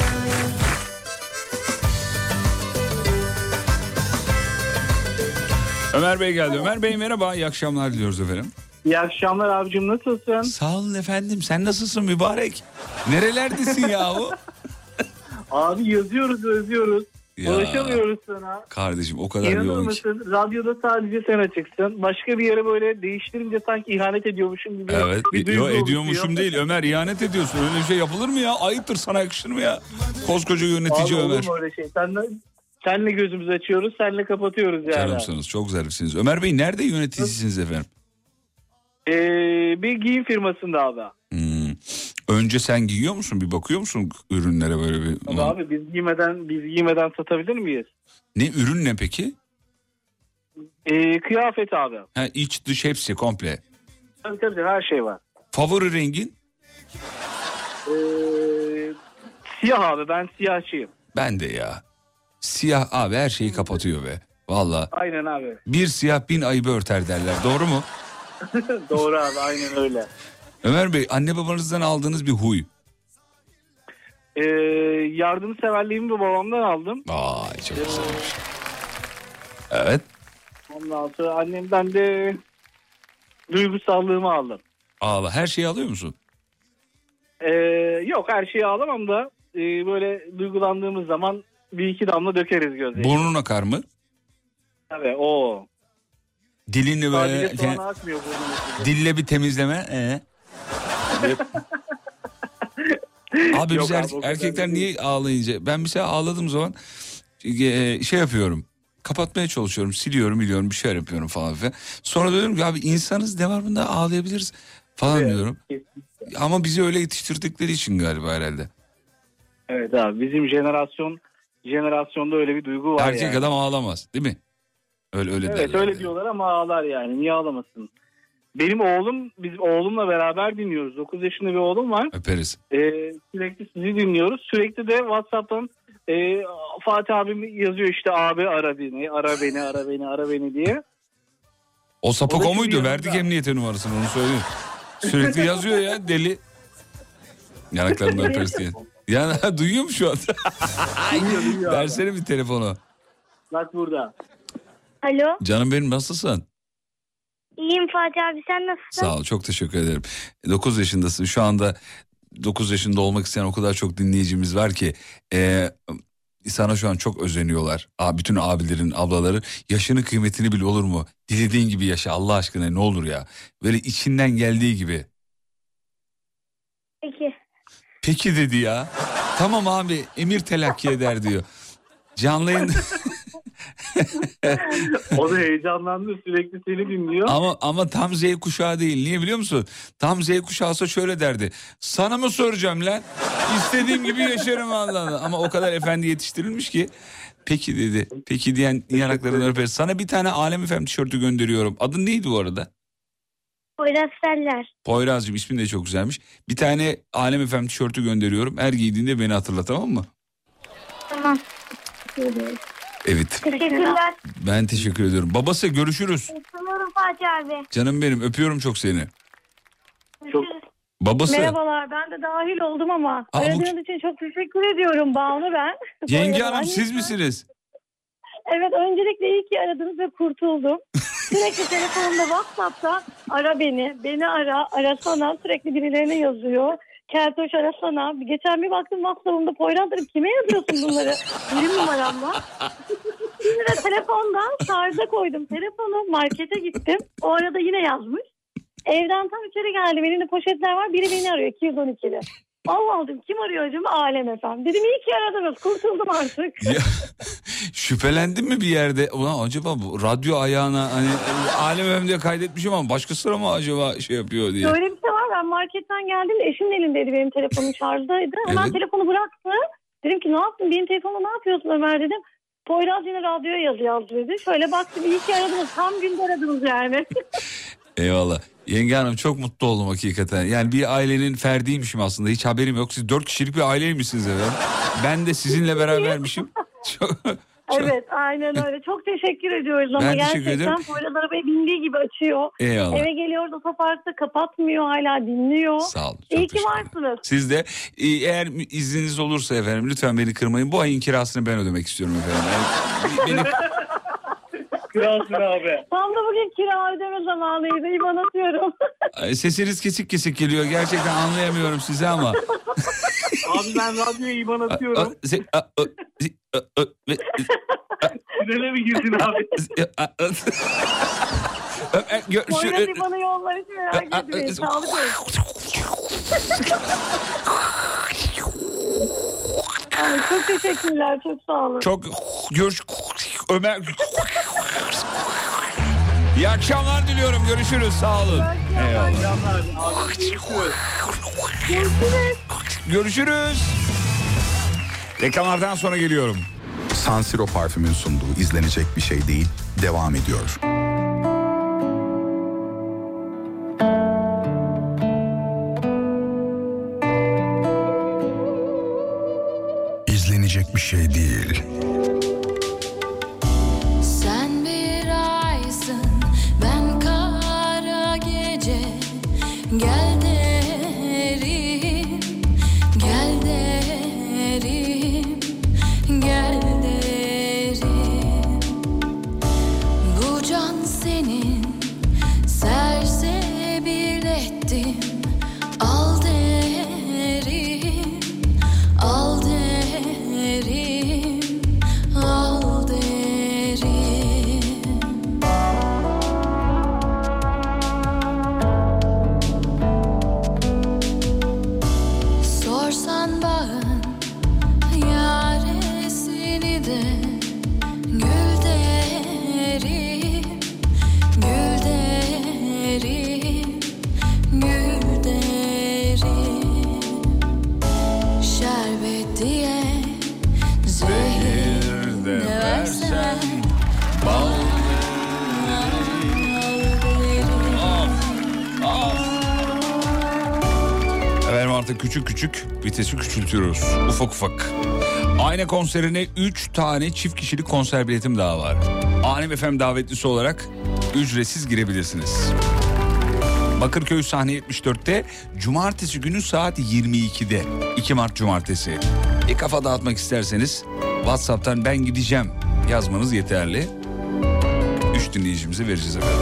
Ömer Bey geldi. Ömer Bey merhaba. İyi akşamlar diliyoruz efendim. İyi akşamlar abicim, nasılsın? Sağ olun efendim. Sen nasılsın mübarek? Nerelerdesin yahu? Abi yazıyoruz özlüyoruz. Ya. Ulaşamıyoruz sana. Kardeşim o kadar İnanır yoğun ki. mısın? Radyoda sadece sen açıksın. Başka bir yere böyle değiştirince sanki ihanet ediyormuşum gibi. Evet. bir duygu Yo, oluşuyor. ediyormuşum değil. Ömer ihanet ediyorsun. Öyle bir şey yapılır mı ya? Ayıptır, sana yakışır mı ya? Koskoca yönetici Abi, Ömer. olur mu öyle şey? Senle, senle gözümüzü açıyoruz, senle kapatıyoruz yani. Canımsınız. Çok zarifsiniz. Ömer Bey nerede yöneticisiniz efendim? Ee, bir giyim firmasında abi. Hmm. Önce sen giyiyor musun? Bir bakıyor musun ürünlere böyle bir? Abi, abi biz giymeden biz giymeden satabilir miyiz? Ne ürün ne peki? Ee, kıyafet abi. Ha, iç dış hepsi komple. Tabii tabii her şey var. Favori rengin? Ee, siyah abi, ben siyahçıyım. Ben de ya. Siyah abi her şeyi kapatıyor be. Valla. Aynen abi. Bir siyah bin ayıbı örter derler. Doğru mu? Doğru abi, aynen öyle. Ömer Bey, anne babanızdan aldığınız bir huy. Ee, yardımseverliğimi de babamdan aldım. Vay çok güzelmiş. Evet. Ondan sonra annemden de duygusallığımı aldım. Ağla. Her şeyi alıyor musun? Ee, yok, her şeyi alamam da e, böyle duygulandığımız zaman bir iki damla dökeriz gözyaşı. Burnun akar mı? Tabii o. Dilini böyle... Sadece soğan akmıyor burnun. Dille bir temizleme. Ee? Abi Yok biz abi, er, o kadar erkekler değil. niye ağlayınca? Ben mesela ağladığım zaman e, şey yapıyorum. Kapatmaya çalışıyorum. Siliyorum, biliyorum, bir şeyler yapıyorum falan filan. Sonra diyorum ki abi insanız, devamında ağlayabiliriz falan Evet, diyorum. kesinlikle. Ama bizi öyle yetiştirdikleri için galiba herhalde. Evet abi, bizim jenerasyon jenerasyonda öyle bir duygu var. Erkek yani. adam ağlamaz değil mi? Öyle öyle Evet derler öyle yani. diyorlar ama ağlar yani. Niye ağlamasın? Benim oğlum, biz oğlumla beraber dinliyoruz. dokuz yaşında bir oğlum var. Öperiz. Ee, sürekli sizi dinliyoruz. Sürekli de WhatsApp'tan e, Fatih abim yazıyor işte, abi ara beni, ara beni, ara beni, ara beni diye. O sapık O da o muydu? şimdi yanında. Verdik emniyete numarasını, onu söyleyeyim. Sürekli yazıyor ya deli. Yanaklarından öperiz diye. Yani duyuyor mu şu anda? Duyuyor, duyuyor abi. Versene bir telefonu. Bak burada. Alo. Canım benim, nasılsın? İyiyim Fatih abi, sen nasılsın? Sağ ol, çok teşekkür ederim. dokuz yaşındasın şu anda. dokuz yaşında olmak isteyen o kadar çok dinleyicimiz var ki e, sana şu an çok özeniyorlar. Aa, bütün abilerin, ablaların yaşının kıymetini bil, olur mu? Dilediğin gibi yaşa Allah aşkına, ne olur ya. Böyle içinden geldiği gibi. Peki. Peki dedi ya. Tamam abi, emir telakki eder diyor. Canlı yayın... O da heyecanlandı, sürekli seni dinliyor. ama ama tam Z kuşağı değil. Niye biliyor musun? Tam Z kuşağı olsa şöyle derdi. Sana mı soracağım lan? İstediğim gibi yaşarım Allah. Ama o kadar efendi yetiştirilmiş ki. Peki dedi. Peki diyen yanaklarından öperiz. Sana bir tane Alem Efem tişörtü gönderiyorum. Adın neydi bu arada? Poyraz Feller. Poyraz'cığım, ismin de çok güzelmiş. Bir tane Alem Efem tişörtü gönderiyorum. Her giydiğinde beni hatırla, tamam mı? Tamam. Evet. Teşekkürler. Ben teşekkür ediyorum. Babası, görüşürüz. Sanıyorum Fatih abi. Canım benim, öpüyorum çok seni. Çok... Babası. Merhabalar, ben de dahil oldum ama Aa, bu- aradığınız için çok teşekkür ediyorum. Banu ben. Yenge Poyraz Hanım, annesi. siz misiniz? Evet, öncelikle iyi ki aradınız ve kurtuldum. Sürekli telefonumda WhatsApp'ta ara beni, beni ara, arasana, sürekli birilerine yazıyor. Keltoş arasana. Geçen bir baktım WhatsApp'ımda, Poyraz dedim, kime yazıyorsun bunları? Benim numaramla. Şimdi de telefondan şarja koydum telefonu, markete gittim. O arada yine yazmış. Evden tam içeri geldim, elinde poşetler var, biri beni arıyor iki yüz on ikide. Allah dedim, kim arıyor acaba? Alem Efem. Dedim iyi ki aradınız, kurtuldum artık. Ya, şüphelendin mi bir yerde? Ulan acaba bu radyo ayağına hani Alem Efem diye kaydetmişim ama başkası mı acaba şey yapıyor diye. Böyle bir şey var, ben marketten geldim de eşimin elindeydi, benim telefonum şarjdaydı. Hemen Evet. telefonu bıraktı. Dedim ki ne yaptın? Benim telefonda ne yapıyorsun Ömer dedim. Poyraz yine radyoya yazı yazdı dedi. Şöyle baktım iyi ki aradınız. Tam günde aradınız yani. Eyvallah. Yenge Hanım çok mutlu oldum hakikaten. Yani bir ailenin ferdiymişim aslında. Hiç haberim yok. Siz dört kişilik bir aileymişsiniz efendim. Ben de sizinle berabermişim. Çok, çok... Evet aynen öyle. Çok teşekkür ediyoruz ama Ben teşekkür gerçekten ederim. Poyraz arabayı bindiği gibi açıyor. Eyvallah. Eve geliyor otoparkta kapatmıyor hala dinliyor. Sağ olun. İyi ki varsınız. Siz de eğer izniniz olursa efendim lütfen beni kırmayın. Bu ayın kirasını ben ödemek istiyorum efendim. Yani beni... Kralsın abi. Tam da bugün kira ödeme zamanıydı. İban atıyorum. Sesiniz kesik kesik geliyor. Gerçekten anlayamıyorum sizi ama. Abi ben radyoya iban atıyorum. Tünele mi girdin abi? Poyraz İban'ı yollar hiç merak etmeyin. Sağlık olsun. Ay, çok teşekkürler. Çok sağ olun. Çok görüş Ömer. İyi akşamlar diliyorum. Görüşürüz. Sağ olun. Eyvallah. Görüşürüz. Görüşürüz. Reklamlardan sonra geliyorum. San Siro parfümün sunduğu izlenecek bir şey değil, devam ediyor. İzlenecek bir şey değil. Sen bir aysın, ben kara gece. Gel derim, gel derim, gel derim. Bu can senin, sersebil ettim. Al derim, al derim, al derim. Sorsan bağın yaresini de gül derim, gül derim, gül derim. Şerbet diye zehir de versen bal Efendim artık küçük küçük vitesi küçültüyoruz. Ufak ufak. Ayna konserine üç tane çift kişilik konser biletim daha var. Alem F M davetlisi olarak ücretsiz girebilirsiniz. Bakırköy sahne yetmiş dörtte cumartesi günü saat yirmi ikide. iki Mart cumartesi. Bir kafa dağıtmak isterseniz WhatsApp'tan ben gideceğim yazmanız yeterli. Üç dinleyicimize vereceğiz efendim.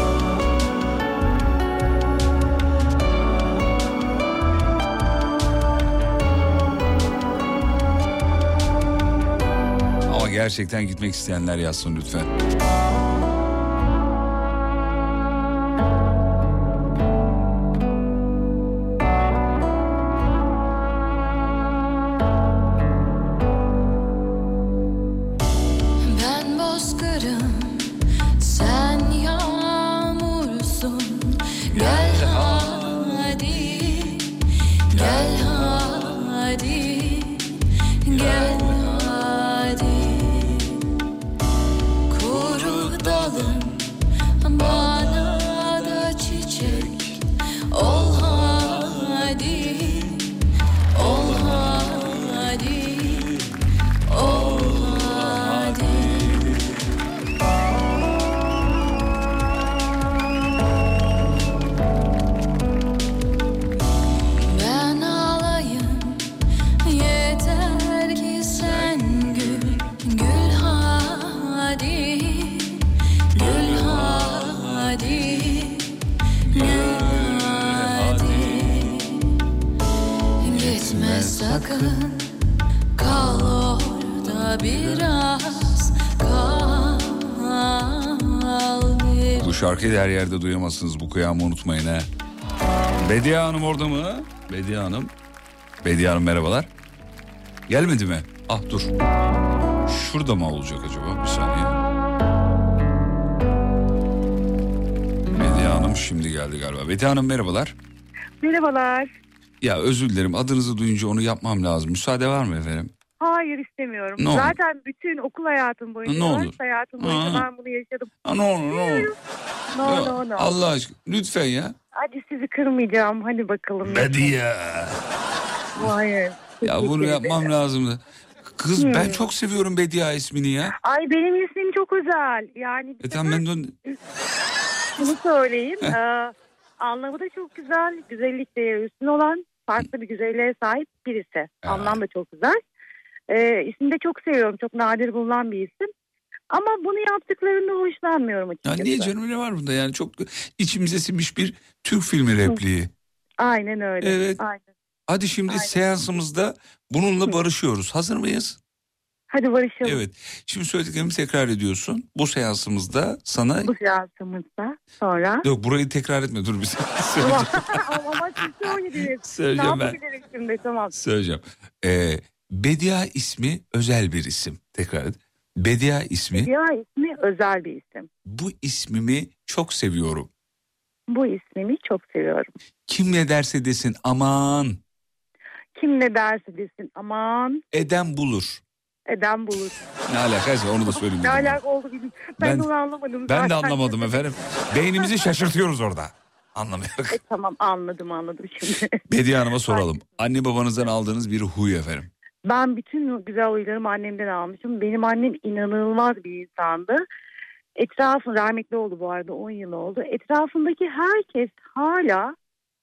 Ama gerçekten gitmek isteyenler yazsın lütfen. Ben bozkırım, sen yağmursun. Gel hadi, gel hadi, gel hadi. Kuru dalım, bana da çiçek. Ol hadi, ol hadi, ol hadi. Ben alayım, yeter ki sen gül, gül hadi, gül hadi, gül hadi. Gitme sakın, kal orada biraz, kal bir. Bu şarkıyı da her yerde duyamazsınız. Bu kıyamı unutmayın ha. Bediye Hanım orada mı? Bediye Hanım. Bediye Hanım merhabalar. Gelmedi mi? Ah dur. Şurada mı olacak acaba? Bir saniye. Bediye Hanım şimdi geldi galiba. Bediye Hanım merhabalar. Merhabalar. Ya özür dilerim, adınızı duyunca onu yapmam lazım. Müsaade var mı efendim? Ha Hayır istemiyorum. Ne olur? Zaten bütün okul hayatım boyunca, Ne olur? üniversite hayatım boyunca Aa. ben bunu yaşadım. Ha, ne olur ne olur. No Ya, no no. Allah aşkına lütfen ya. Hadi sizi kırmayacağım. Hadi bakalım. Bediye. Hayır. Ya bunu Teşekkür yapmam ederim. lazımdı. Kız Hmm. ben çok seviyorum Bediye ismini ya. Ay benim ismim çok özel. Yani E tamam ben de... şunu söyleyeyim. ee, anlamı da çok güzel. Güzellik değeri üstün olan, farklı bir güzelliğe sahip birisi. Anlam da çok güzel. Ee, ismini de çok seviyorum. Çok nadir bulunan bir isim. Ama bunu yaptıklarında hoşlanmıyorum Ya açıkçası. niye canım, ne var bunda yani, çok içimize sinmiş bir Türk filmi repliği. Aynen öyle. Evet. Aynen. Hadi şimdi Aynen. seansımızda bununla barışıyoruz. Hazır mıyız? Hadi barışalım. Evet. Şimdi söylediklerimi tekrar ediyorsun. Bu seansımızda sana... Bu seansımızda sonra... Yok, burayı tekrar etme, dur bir saniye. Ama Söyleyeceğim. ama siz söyleyiniz. Söyleyeceğim ne ben. yapabiliriz şimdi, tamam. Söyleyeceğim. Ee, Bediye ismi özel bir isim. Tekrar et. Bediye ismi. Ya ismi özel bir isim. Bu ismimi çok seviyorum. Bu ismimi çok seviyorum. Kim ne derse desin aman. Kim ne derse desin aman. Eden bulur. Eden bulur. Ne alakaysa onu da söyleyeyim. Ne alaka oldu bilmiyorum. Ben, Ben- onu anlamadım. Ben de zaten. anlamadım efendim. Beynimizi şaşırtıyoruz orada. Anlamıyoruz. E, tamam anladım anladım şimdi. Bediye Hanım'a soralım. Anne babanızdan aldığınız bir huy efendim. Ben bütün güzel huylarımı annemden almışım. Benim annem inanılmaz bir insandı. Etrafı rahmetli oldu bu arada, on yıl oldu. Etrafındaki herkes hala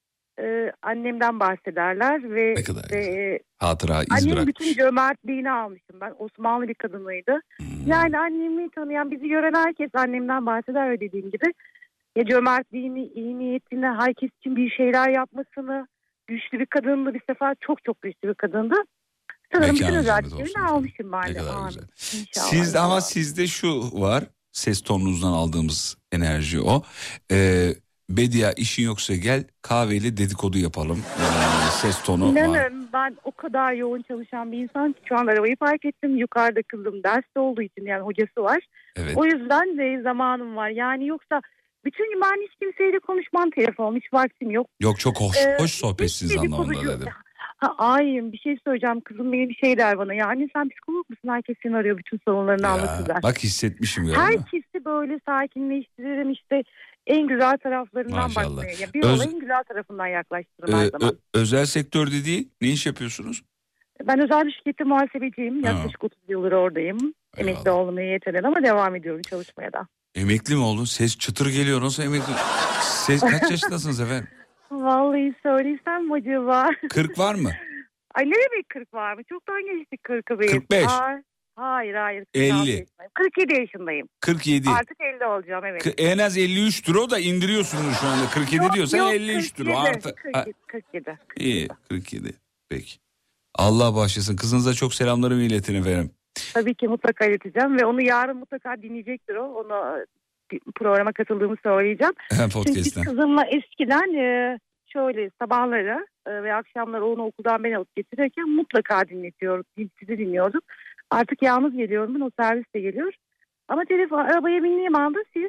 e, annemden bahsederler ve Ne kadar e, e, Hatıra, iz annem bırakmış. bütün cömertliğini almışım ben. Osmanlı bir kadınıydı. Hmm. Yani annemi tanıyan, bizi gören herkes annemden bahseder ve dediğim gibi. Ya cömertliğini, iyi niyetini, herkes için bir şeyler yapmasını, güçlü bir kadındı bir sefer, çok çok güçlü bir kadındı. Sanırım bütün Mekanınız cennet özelliklerini almışım ben Ne de. kadar Amin. güzel. İnşallah. Sizde ama sizde şu var. Ses tonunuzdan aldığımız enerji o. Ee, Bediye işin yoksa gel kahveyle dedikodu yapalım. Ee, ses tonu var. İnanın ben o kadar yoğun çalışan bir insan ki şu an arabayı park ettim. Yukarıda kızım derste olduğu için, yani hocası var. Evet. O yüzden de zamanım var. Yani yoksa bütün gün ben hiç kimseyle konuşmam, telefon, hiç vaktim yok. Yok, çok hoş, Ee, hoş sohbetsiniz hiç anlamında dedikoducu- dedim. Ha, ay bir şey söyleyeceğim, kızım benim bir şey der bana. Yani sen psikolog musun? Herkes seni arıyor, bütün sorunlarını anlatırlar. Bak hissetmişim galiba. Herkesi böyle sakinleştiririm, işte en güzel taraflarından Maşallah. bakmaya. Ya bir Öz- olayın güzel tarafından yaklaştırırım Ee, her ö- zaman. özel sektör dediği ne iş yapıyorsunuz? Ben özel bir şirkette muhasebeciyim. Ha. Yaklaşık otuz yıldır oradayım. Emekli oldum yeteren ama devam ediyorum çalışmaya da. Emekli mi oldun? Ses çıtır geliyor. Nasıl emekli? Ses kaç yaşındasınız efendim? Vallahi söylesem mi acaba? kırk var mı? Ay ne demek kırk var mı? Çoktan geçtik kırkı biz. kırk beş. Aa, hayır hayır. kırk altı elli. yaşındayım. kırk yedi yaşındayım. kırk yedi. Artık elli olacağım, evet. K- En az elli üçtür o da, indiriyorsunuz şu anda. kırk yedi Yok, diyorsan yok, elli üçtür. kırk yedi, Artı... kırk Ha, yedi, kırk yedi. iyi kırk yedi. Peki. Allah bağışlasın. Kızınıza çok selamlarımı iletin efendim. Tabii ki mutlaka ileteceğim ve onu yarın mutlaka dinleyecektir o. Onu e, programa katıldığımı söyleyeceğim. Hem Çünkü biz podcast'ten. kızımla eskiden e, şöyle sabahları e, ve akşamları onu okuldan ben alıp getirirken mutlaka dinletiyoruz. Sizi dinliyorduk. Artık yalnız geliyorum ben, o servis de geliyor. Ama telefon, arabaya bindiğim anda siz,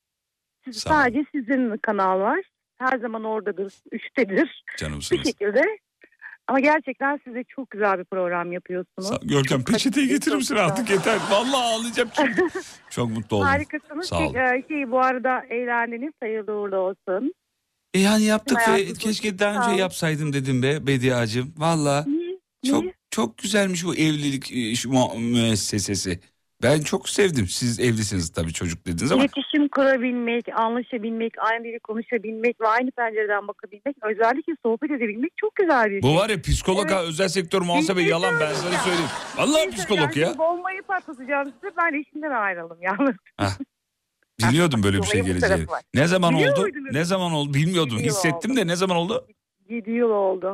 siz Sağ olun. sadece sizin kanal var. Her zaman oradadır, üçtedir. Bir Canımsınız. şekilde. Ama gerçekten size çok güzel bir program yapıyorsunuz. Sa- Görkem peçeteyi getirir misin artık, yeter. Vallahi ağlayacağım şimdi. Çok mutlu oldum. Harikasınız. Sağ olun. Şey, şey, bu arada eğlendiniz. Hayırlı uğurlu olsun. E yani yaptık ve Hayatınız keşke boyunca daha sağ önce olun. yapsaydım dedim be Bediacığım. Valla çok çok güzelmiş bu evlilik e, şu mu- müessesesi. Ben çok sevdim. Siz evlisiniz tabii, çocuk dediniz ama. İletişim kurabilmek, anlaşabilmek, aynı dili konuşabilmek ve aynı pencereden bakabilmek, özellikle sohbet edebilmek çok güzel bir şey. Bu var ya psikolog ha, özel sektör muhasebe, yalan, ben sana söyleyeyim. Vallahi psikolog ya. Şimdi bombayı patlatacağım size. Ben eşimden ayrıldım yalnız. Hah. Biliyordum böyle bir şey Olayın bu geleceğini. tarafı var. Ne zaman Biliyor oldu? muydunuz? Ne zaman oldu? Bilmiyordum. Yedi yıl Hissettim oldu. de ne zaman oldu? yedi yıl oldu.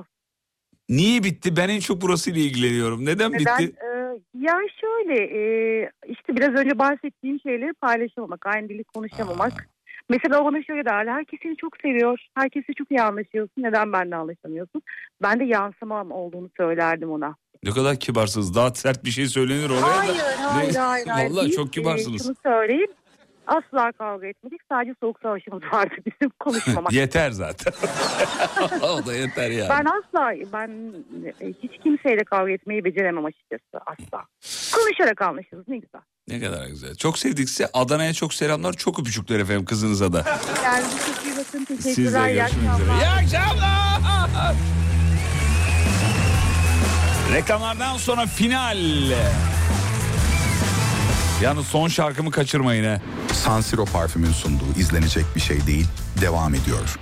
Niye bitti? Ben en çok burasıyla ilgileniyorum. Neden Neden? bitti? Ee, ya şöyle e, işte biraz önce bahsettiğim şeyleri paylaşamamak, aynı dili konuşamamak. Mesela o bana şöyle derler, herkes seni çok seviyor, herkesle çok iyi anlaşıyorsun, neden benimle anlaşamıyorsun? Ben de yansımam olduğunu söylerdim ona. Ne kadar kibarsınız. Daha sert bir şey söylenir oraya Hayır, da. hayır, Ne- hayır, hayır. Vallahi Biz, çok kibarsınız. e, şunu söyleyeyim. Asla kavga etmedik. Sadece soğuk savaşımız vardı bizim konuşmamak. Yeter zaten. O da yeter yani. Ben asla ben hiç kimseyle kavga etmeyi beceremem açıkçası. Asla. Konuşarak anlaşırız, ne güzel. Ne kadar güzel. Çok sevdik size. Adana'ya çok selamlar. Çok öpücükler efendim kızınıza da. Yani çok iyi bakın. Teşekkürler. Siz de İyi görüşmek üzere. akşamlar. İyi akşamlar. Reklamlardan sonra final. Yalnız son şarkımı kaçırmayın he. San Siro parfümün sunduğu izlenecek bir şey değil, devam ediyor.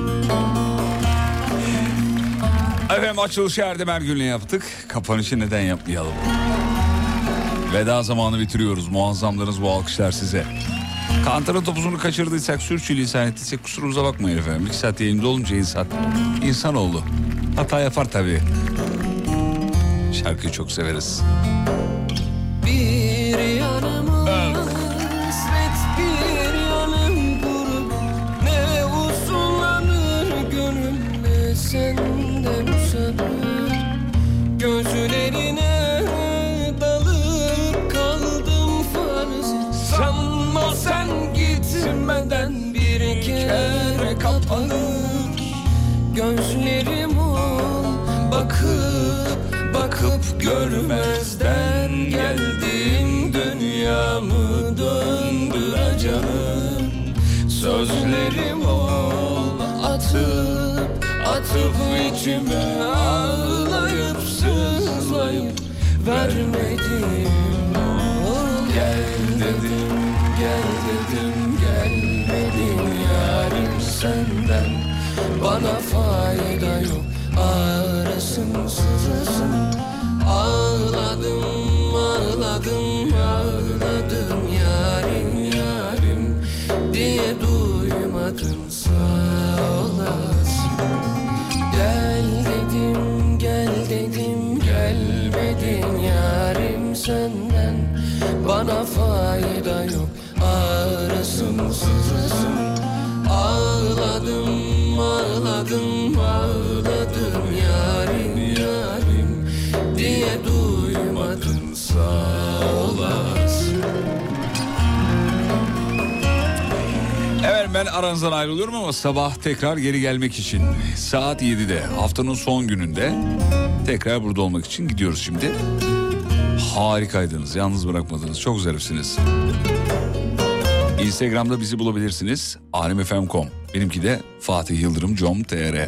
Efendim açılışı Erdem Ergün'le yaptık. Kapanışı neden yapmayalım? Veda zamanı bitiriyoruz. Muazzamlarınız bu alkışlar size. Kantarın topuzunu kaçırdıysak, sürçülisan ettiysek kusurumuza bakmayın efendim. İki saat yayında olunca insan, insan oldu. Hata yapar tabii. Şarkıyı çok severiz. Bir yanıma hasret, bir yanım kuru. Ne uzunlanır gönül, ne senden usanır. Gözlerine dalıp kaldım farz. Sanma sen gitmeden bir kere kapanır. Gözlerim ol bakıp bakıp görmezden geldim, dünyamı döndüreceğim. Sözlerim ol atıp atıp içime ağlayıp sızlayıp vermedim. Gel dedim gel dedim gelmedin yarim senden, bana fayda yok. Arasın sızısın, ağladım ağladım ağladım yarim yarim diye duymadın, sağ olasın. Gel dedim gel dedim gelmedin yarim senden, bana fayda yok. Arasın sızısın, ağladım ağladım ağladım yarim yarim diye duymadın, sağ olasın. Evet, ben aranızdan ayrılıyorum ama sabah tekrar geri gelmek için saat yedide, haftanın son gününde tekrar burada olmak için gidiyoruz şimdi. Harikaydınız, yalnız bırakmadınız, çok zarifsiniz. Instagram'da bizi bulabilirsiniz. alemfm nokta com. Benimki de Fatih Yıldırım nokta com nokta tr.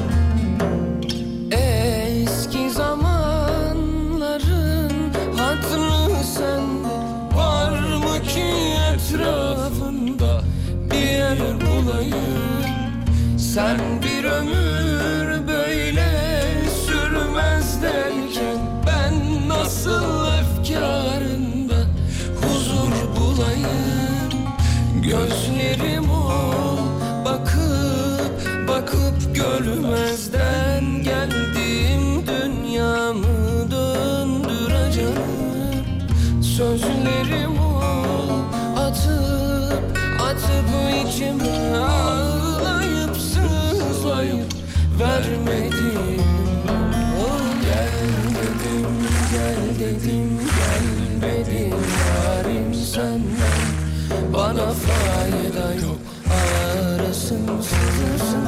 Eski zamanların hatırı sende, var mı ki etrafında bir yer bulayım? Sen bir ömür böyle sürmez derken, ben nasıl efkarında huzur bulayım? Gözlerim ol bakıp bakıp görmezden geldim, dünyamı döndüreceğim. Sözlerim ol atıp atıp içime ağlayıp sızlayıp vermedim. Gel dedim gel dedim gelmedin yarim senden, bana fayda yok. Arasın sızısın,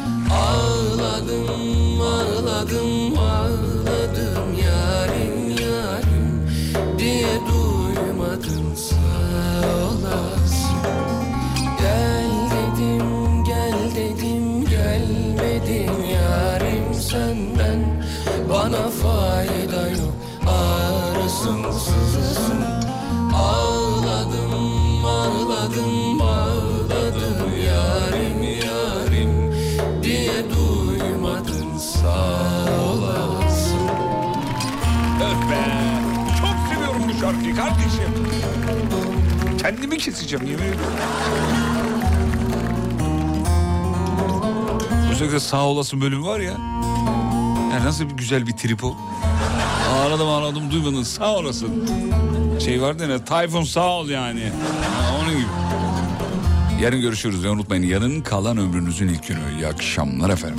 ağladım ağladım ağladım yarim yarim diye duymadın, sağ olasın. Gel dedim gel dedim gelmedin yarim senden, bana fayda yok. Arasın sızısın, ağladım ağladım ağladım yarim yarim diye duymadın, sağ olasın. Öf be, çok seviyorum bu şarkıyı kardeşim. Kendimi keseceğim yemin ediyorum. Özellikle sağ olasın bölümü var ya. Ya nasıl bir güzel bir trip o. Ağladım ağladım duymadın, sağ olasın. Şey vardı ya, Tayfun sağ ol yani. Ha, onun gibi. Yarın görüşürüz ve unutmayın, yarın kalan ömrünüzün ilk günü. İyi akşamlar efendim.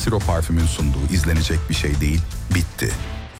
San Siro parfümün sunduğu izlenecek bir şey değil, bitti.